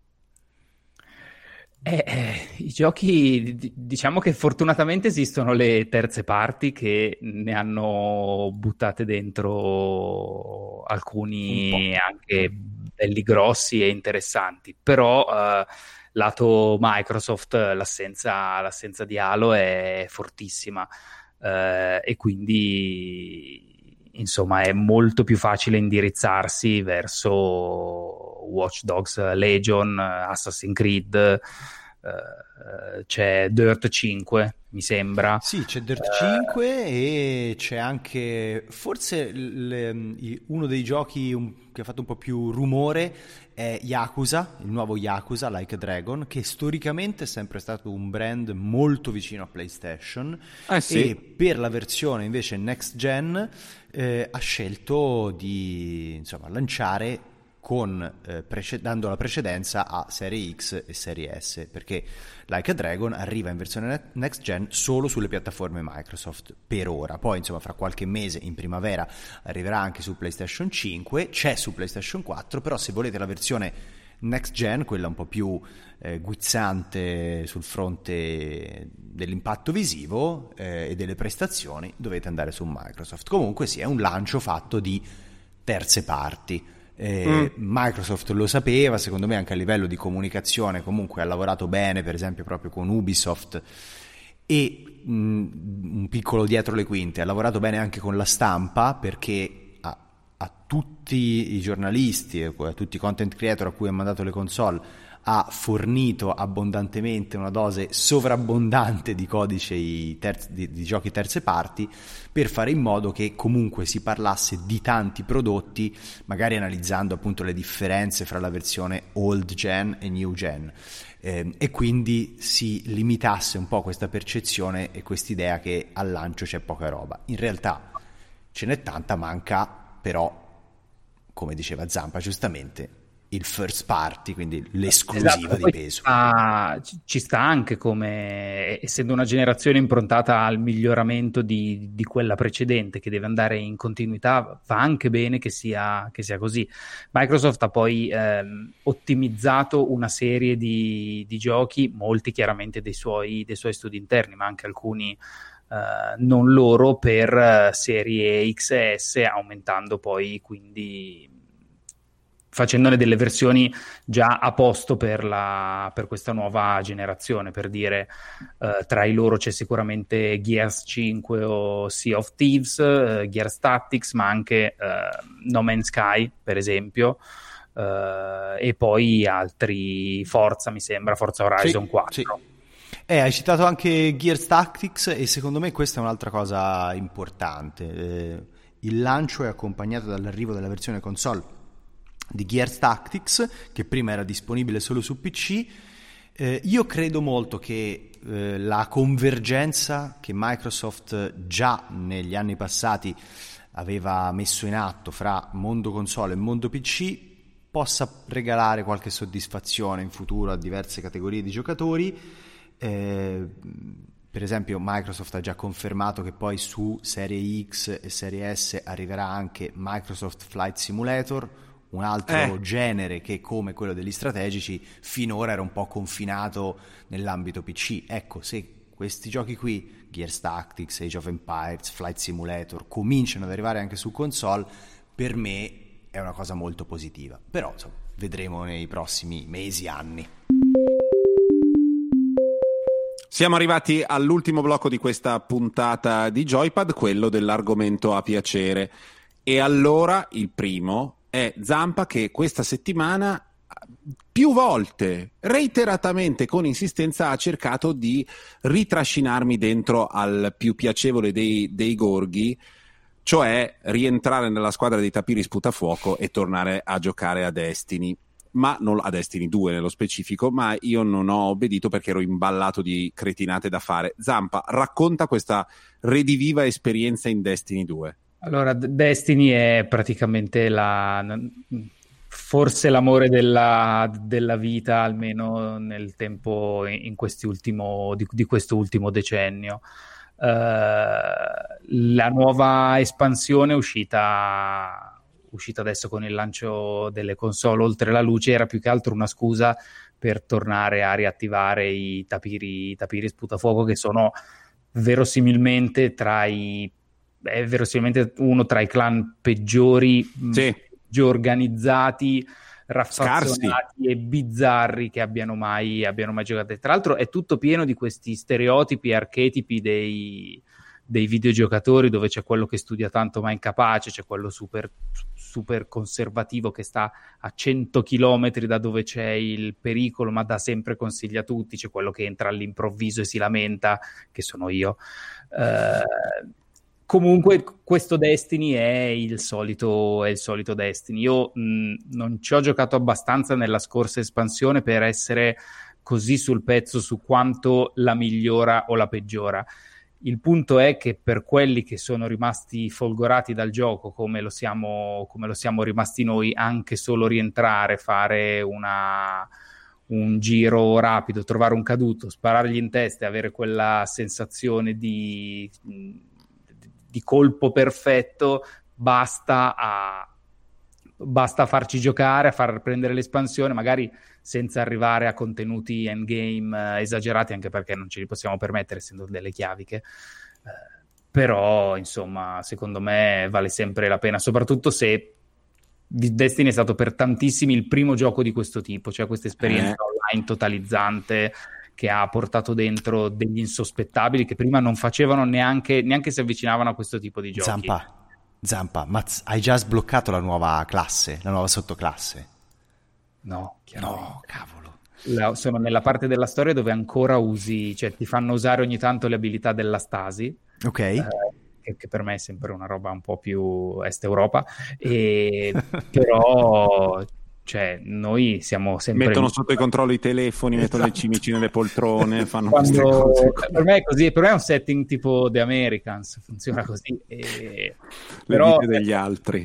I giochi, diciamo che fortunatamente esistono le terze parti che ne hanno buttate dentro alcuni anche belli grossi e interessanti, però lato Microsoft l'assenza di Halo è fortissima, e quindi insomma è molto più facile indirizzarsi verso Watch Dogs Legion, Assassin's Creed, c'è Dirt 5 mi sembra. Sì, c'è Dirt 5 e c'è anche forse uno dei giochi che ha fatto un po' più rumore è Yakuza, il nuovo Yakuza Like a Dragon, che storicamente è sempre stato un brand molto vicino a PlayStation, sì. E per la versione invece next gen ha scelto di lanciare dando la precedenza a Serie X e Serie S, perché Like a Dragon arriva in versione next gen solo sulle piattaforme Microsoft per ora. Poi fra qualche mese, in primavera, arriverà anche su PlayStation 5, c'è su PlayStation 4, però se volete la versione next gen, quella un po' più guizzante sul fronte dell'impatto visivo e delle prestazioni, dovete andare su Microsoft. Comunque sì, è un lancio fatto di terze parti. Microsoft lo sapeva, secondo me anche a livello di comunicazione comunque ha lavorato bene, per esempio proprio con Ubisoft, E un piccolo dietro le quinte, ha lavorato bene anche con la stampa, perché a tutti i giornalisti e a tutti i content creator a cui ha mandato le console ha fornito abbondantemente una dose sovrabbondante di codice di giochi terze parti, per fare in modo che comunque si parlasse di tanti prodotti, magari analizzando appunto le differenze fra la versione old gen e new gen, e quindi si limitasse un po' questa percezione e quest'idea che al lancio c'è poca roba. In realtà ce n'è tanta, manca però, come diceva Zampa giustamente, il first party, quindi l'esclusiva di peso. Ci sta anche, come essendo una generazione improntata al miglioramento di quella precedente, che deve andare in continuità, va anche bene che sia così. Microsoft ha poi ottimizzato una serie di giochi, molti chiaramente dei suoi studi interni, ma anche alcuni non loro, per serie X e S, aumentando poi, quindi facendone delle versioni già a posto per questa nuova generazione. Per dire, tra i loro c'è sicuramente Gears 5 o Sea of Thieves, Gears Tactics, ma anche No Man's Sky, per esempio, e poi altri, Forza Horizon 4. Sì. Hai citato anche Gears Tactics, e secondo me questa è un'altra cosa importante. Il lancio è accompagnato dall'arrivo della versione console di Gears Tactics, che prima era disponibile solo su PC. Io credo molto che la convergenza che Microsoft già negli anni passati aveva messo in atto fra mondo console e mondo PC possa regalare qualche soddisfazione in futuro a diverse categorie di giocatori. Per esempio, Microsoft ha già confermato che poi su Serie X e Serie S arriverà anche Microsoft Flight Simulator, un altro genere che, come quello degli strategici, finora era un po' confinato nell'ambito PC. Ecco, se questi giochi qui, Gears Tactics, Age of Empires, Flight Simulator, cominciano ad arrivare anche su console, per me è una cosa molto positiva. Però insomma, vedremo nei prossimi mesi, anni. Siamo arrivati all'ultimo blocco di questa puntata di Joypad, quello dell'argomento a piacere. E allora il primo è Zampa, che questa settimana più volte, reiteratamente, con insistenza, ha cercato di ritrascinarmi dentro al più piacevole dei gorghi, cioè rientrare nella squadra dei tapiri sputafuoco e tornare a giocare a Destiny. Ma non a Destiny 2 nello specifico, ma io non ho obbedito perché ero imballato di cretinate da fare. Zampa, racconta questa rediviva esperienza in Destiny 2. Allora, Destiny è praticamente forse l'amore della vita, almeno nel tempo di questo ultimo decennio. La nuova espansione uscita adesso con il lancio delle console, Oltre la luce, era più che altro una scusa per tornare a riattivare i tapiri sputafuoco, che sono verosimilmente uno tra i clan peggiori, più organizzati, raffazzonati e bizzarri che abbiano mai giocato. Tra l'altro è tutto pieno di questi stereotipi e archetipi dei videogiocatori, dove c'è quello che studia tanto ma è incapace, c'è quello super conservativo che sta a 100 chilometri da dove c'è il pericolo ma dà sempre consigli a tutti, c'è quello che entra all'improvviso e si lamenta, che sono io. Comunque questo Destiny è il solito Destiny. Io non ci ho giocato abbastanza nella scorsa espansione per essere così sul pezzo su quanto la migliora o la peggiora. Il punto è che per quelli che sono rimasti folgorati dal gioco, come lo siamo rimasti noi, anche solo rientrare, fare un giro rapido, trovare un caduto, sparargli in testa e avere quella sensazione di colpo perfetto, basta a farci giocare, a far prendere l'espansione, magari senza arrivare a contenuti endgame esagerati, anche perché non ce li possiamo permettere essendo delle chiaviche, però insomma secondo me vale sempre la pena, soprattutto se Destiny è stato per tantissimi il primo gioco di questo tipo, cioè questa esperienza online totalizzante che ha portato dentro degli insospettabili che prima non facevano neanche si avvicinavano a questo tipo di giochi. Zampa, ma hai già sbloccato la nuova classe, la nuova sottoclasse? No, cavolo. Sono nella parte della storia dove ancora usi, cioè ti fanno usare ogni tanto le abilità della Stasi. Ok. Che per me è sempre una roba un po' più Est Europa, però cioè, noi siamo sempre... Mettono sotto i controlli i telefoni, mettono le cimici nelle poltrone, fanno queste cose. Per me è così, per me è un setting tipo The Americans, funziona così. Però, vite degli altri.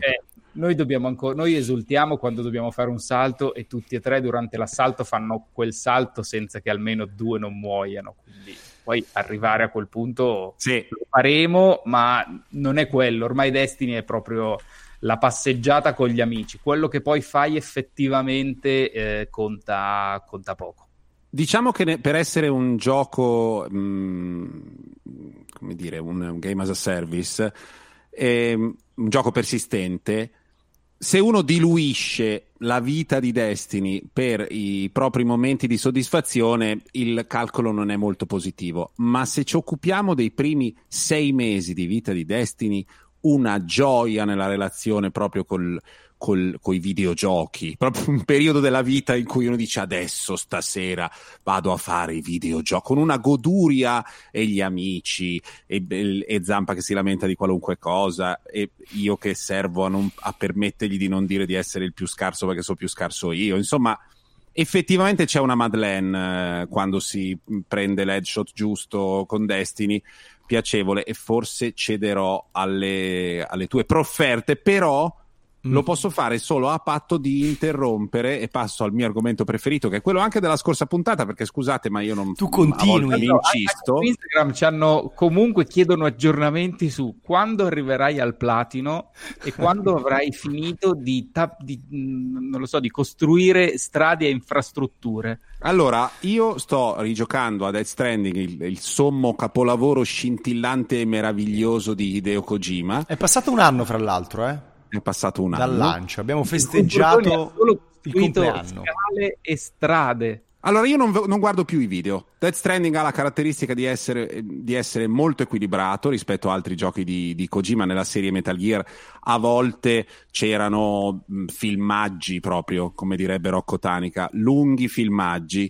Noi esultiamo quando dobbiamo fare un salto e tutti e tre durante l'assalto fanno quel salto senza che almeno 2 non muoiano, quindi poi arrivare a quel punto lo faremo, ma non è quello, ormai Destiny è proprio la passeggiata con gli amici, quello che poi fai effettivamente conta poco. Diciamo che per essere un gioco, come dire, un game as a service, un gioco persistente, se uno diluisce la vita di Destiny per i propri momenti di soddisfazione, il calcolo non è molto positivo. Ma se ci occupiamo dei primi 6 mesi di vita di Destiny, una gioia nella relazione proprio coi videogiochi, proprio un periodo della vita in cui uno dice adesso stasera vado a fare i videogiochi, con una goduria, e gli amici e Zampa che si lamenta di qualunque cosa e io che servo a permettergli di non dire di essere il più scarso perché sono più scarso io, insomma effettivamente c'è una Madeleine quando si prende l'headshot giusto con Destiny, piacevole, e forse cederò alle tue profferte, però lo posso fare solo a patto di interrompere, e passo al mio argomento preferito, che è quello anche della scorsa puntata, perché scusate ma io non... Tu continui. Mi incisto. Su Instagram comunque chiedono aggiornamenti su quando arriverai al platino e quando avrai finito di costruire strade e infrastrutture. Allora, io sto rigiocando a Death Stranding, il sommo capolavoro scintillante e meraviglioso di Hideo Kojima. È passato un anno, fra l'altro, È passato un anno. Dal lancio, abbiamo festeggiato il compleanno. Scale e strade. Allora, io non guardo più i video. Death Stranding ha la caratteristica di essere molto equilibrato rispetto a altri giochi di Kojima. Nella serie Metal Gear a volte c'erano filmaggi proprio, come direbbe Rocco Tanica, lunghi filmaggi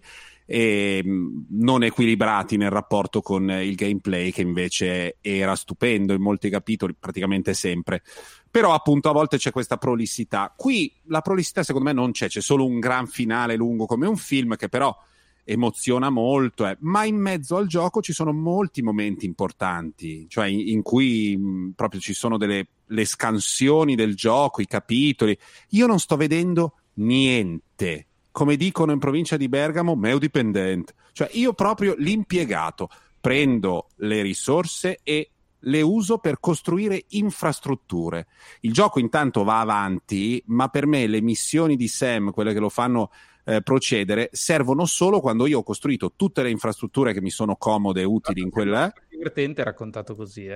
e non equilibrati nel rapporto con il gameplay, che invece era stupendo in molti capitoli, praticamente sempre. Però appunto a volte c'è questa prolissità. Qui la prolissità secondo me non c'è solo un gran finale lungo come un film che però emoziona molto, ma in mezzo al gioco ci sono molti momenti importanti, cioè in cui proprio ci sono le scansioni del gioco, i capitoli. Io non sto vedendo niente, come dicono in provincia di Bergamo, meu dipendente, cioè io proprio l'impiegato, prendo le risorse e le uso per costruire infrastrutture. Il gioco intanto va avanti, ma per me le missioni di Sam, quelle che lo fanno procedere, servono solo quando io ho costruito tutte le infrastrutture che mi sono comode e utili in quella... È divertente raccontato così,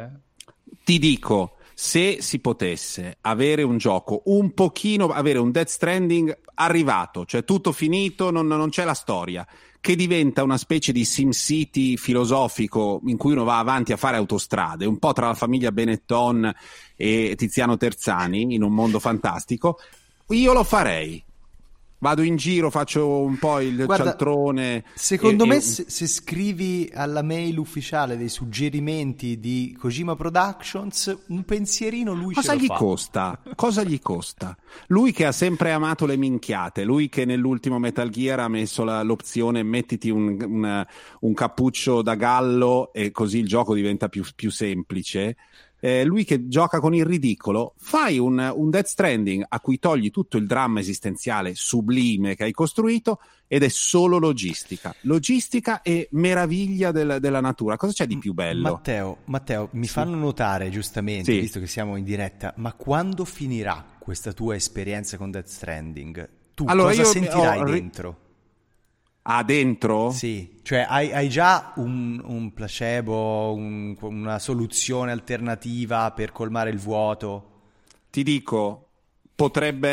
Ti dico, se si potesse avere un gioco un pochino, avere un Death Stranding arrivato, cioè tutto finito, non c'è la storia, che diventa una specie di SimCity filosofico in cui uno va avanti a fare autostrade, un po' tra la famiglia Benetton e Tiziano Terzani, in un mondo fantastico, io lo farei. Vado in giro, faccio un po' il cialtrone. Secondo me se scrivi alla mail ufficiale dei suggerimenti di Kojima Productions, un pensierino lui cosa ce lo gli fa. costa? Cosa gli costa? Lui che ha sempre amato le minchiate, lui che nell'ultimo Metal Gear ha messo l'opzione mettiti un cappuccio da gallo e così il gioco diventa più semplice. Lui che gioca con il ridicolo, fai un Death Stranding a cui togli tutto il dramma esistenziale sublime che hai costruito ed è solo logistica e meraviglia della natura. Cosa c'è di più bello? Matteo, mi fanno notare giustamente, visto che siamo in diretta, ma quando finirà questa tua esperienza con Death Stranding? Tu cosa sentirai dentro? Dentro? Sì, cioè hai già un placebo, una soluzione alternativa per colmare il vuoto? Ti dico, potrebbe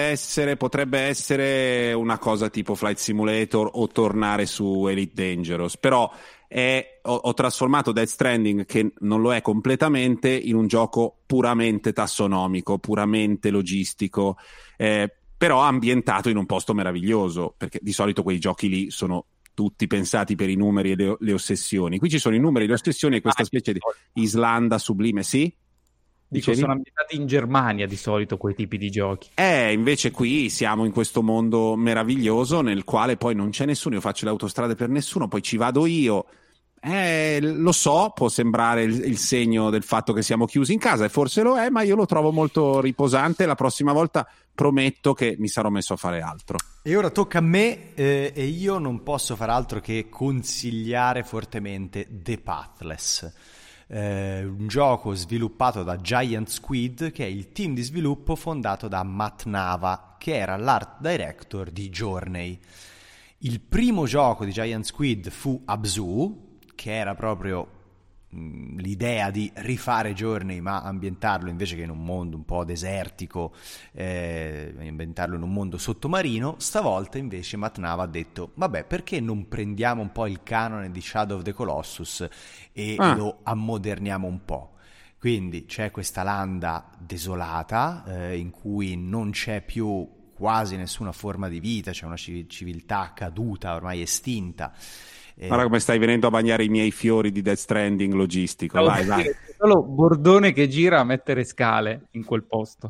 essere una cosa tipo Flight Simulator o tornare su Elite Dangerous, però ho trasformato Death Stranding, che non lo è completamente, in un gioco puramente tassonomico, puramente logistico, però ambientato in un posto meraviglioso, perché di solito quei giochi lì sono tutti pensati per i numeri e le ossessioni. Qui ci sono i numeri e le ossessioni e questa specie di Islanda sublime, sì? Dico, sono ambientati in Germania di solito quei tipi di giochi. Invece qui siamo in questo mondo meraviglioso nel quale poi non c'è nessuno, io faccio le autostrade per nessuno, poi ci vado io. Lo so, può sembrare il segno del fatto che siamo chiusi in casa, e forse lo è, ma io lo trovo molto riposante. La prossima volta prometto che mi sarò messo a fare altro. E ora tocca a me, e io non posso far altro che consigliare fortemente The Pathless. Un gioco sviluppato da Giant Squid, che è il team di sviluppo fondato da Matt Nava, che era l'art director di Journey. Il primo gioco di Giant Squid fu Abzu, che era proprio l'idea di rifare Journey ma ambientarlo, invece che in un mondo un po' desertico, ambientarlo in un mondo sottomarino. Stavolta invece Matt Nava ha detto: vabbè, perché non prendiamo un po' il canone di Shadow of the Colossus e lo ammoderniamo un po'. Quindi c'è questa landa desolata, in cui non c'è più quasi nessuna forma di vita, c'è una civiltà caduta, ormai estinta. Guarda come stai venendo a bagnare i miei fiori di Death Stranding logistico. Vai. Solo Bordone che gira a mettere scale in quel posto.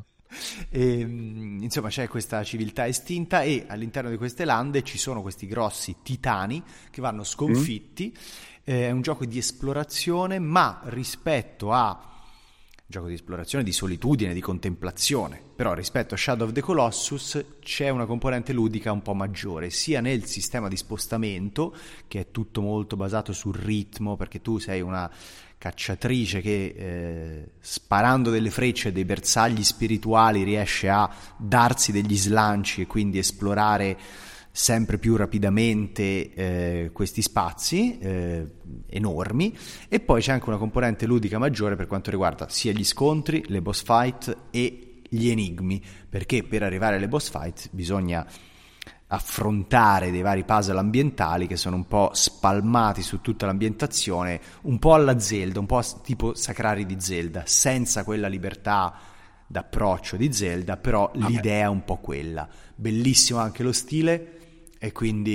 Insomma, c'è questa civiltà estinta e all'interno di queste lande ci sono questi grossi titani che vanno sconfitti. È un gioco di esplorazione, ma rispetto a gioco di esplorazione, di solitudine, di contemplazione, però rispetto a Shadow of the Colossus c'è una componente ludica un po' maggiore, sia nel sistema di spostamento, che è tutto molto basato sul ritmo, perché tu sei una cacciatrice che sparando delle frecce e dei bersagli spirituali riesce a darsi degli slanci e quindi esplorare sempre più rapidamente questi spazi enormi. E poi c'è anche una componente ludica maggiore per quanto riguarda sia gli scontri, le boss fight e gli enigmi, perché per arrivare alle boss fight bisogna affrontare dei vari puzzle ambientali che sono un po' spalmati su tutta l'ambientazione, un po' alla Zelda, un po' tipo Sacrari di Zelda, senza quella libertà d'approccio di Zelda, però l'idea è un po' quella. Bellissimo anche lo stile, e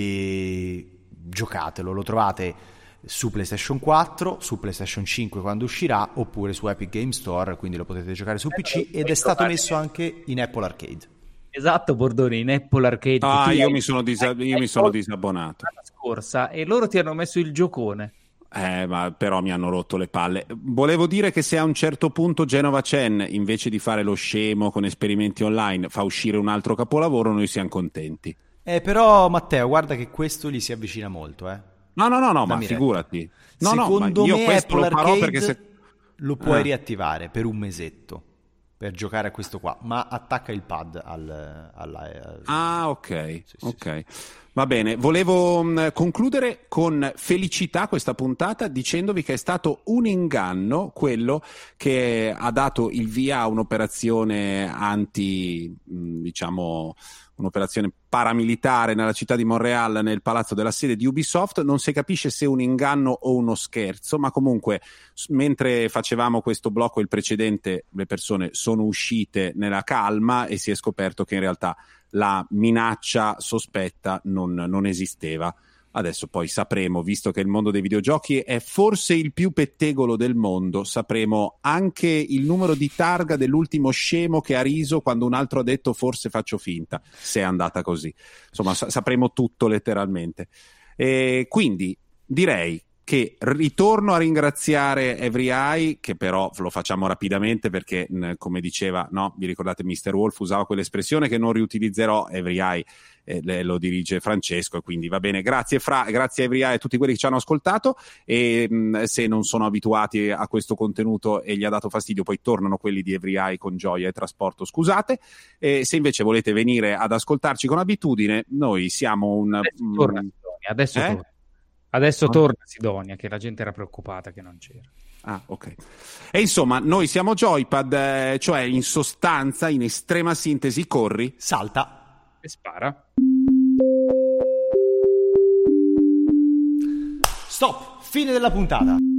quindi giocatelo, lo trovate su PlayStation 4, su PlayStation 5 quando uscirà, oppure su Epic Game Store, quindi lo potete giocare su PC, ed è stato messo anche in Apple Arcade. Esatto, Bordone, in Apple Arcade. Io mi sono disabbonato la scorsa, e loro ti hanno messo il giocone. Ma però mi hanno rotto le palle. Volevo dire che se a un certo punto Genova Chen, invece di fare lo scemo con esperimenti online, fa uscire un altro capolavoro, noi siamo contenti. Però Matteo, guarda che questo gli si avvicina molto, No, ma figurati. Secondo io me questo Apple lo farò Arcade perché lo puoi riattivare per un mesetto per giocare a questo qua, ma attacca il pad ok. Sì. Ok. Va bene, volevo concludere con felicità questa puntata dicendovi che è stato un inganno quello che ha dato il via a un'operazione un'operazione paramilitare nella città di Montréal, nel palazzo della sede di Ubisoft. Non si capisce se un inganno o uno scherzo, ma comunque mentre facevamo questo blocco, il precedente, le persone sono uscite nella calma e si è scoperto che in realtà la minaccia sospetta non esisteva. Adesso poi sapremo, visto che il mondo dei videogiochi è forse il più pettegolo del mondo, sapremo anche il numero di targa dell'ultimo scemo che ha riso quando un altro ha detto forse faccio finta, se è andata così. Insomma, sapremo tutto letteralmente. E quindi direi che ritorno a ringraziare Every Eye, che però lo facciamo rapidamente perché, come diceva, no, vi ricordate Mr. Wolf usava quell'espressione che non riutilizzerò. Every Eye lo dirige Francesco, e quindi va bene. Grazie grazie a Every Eye e a tutti quelli che ci hanno ascoltato, e se non sono abituati a questo contenuto e gli ha dato fastidio, poi tornano quelli di Every Eye con gioia e trasporto, scusate. E se invece volete venire ad ascoltarci con abitudine, noi siamo Adesso torna Sidonia, che la gente era preoccupata che non c'era. Ah, ok. E insomma, noi siamo Joypad, cioè in sostanza, in estrema sintesi, corri, salta e spara. Stop, fine della puntata.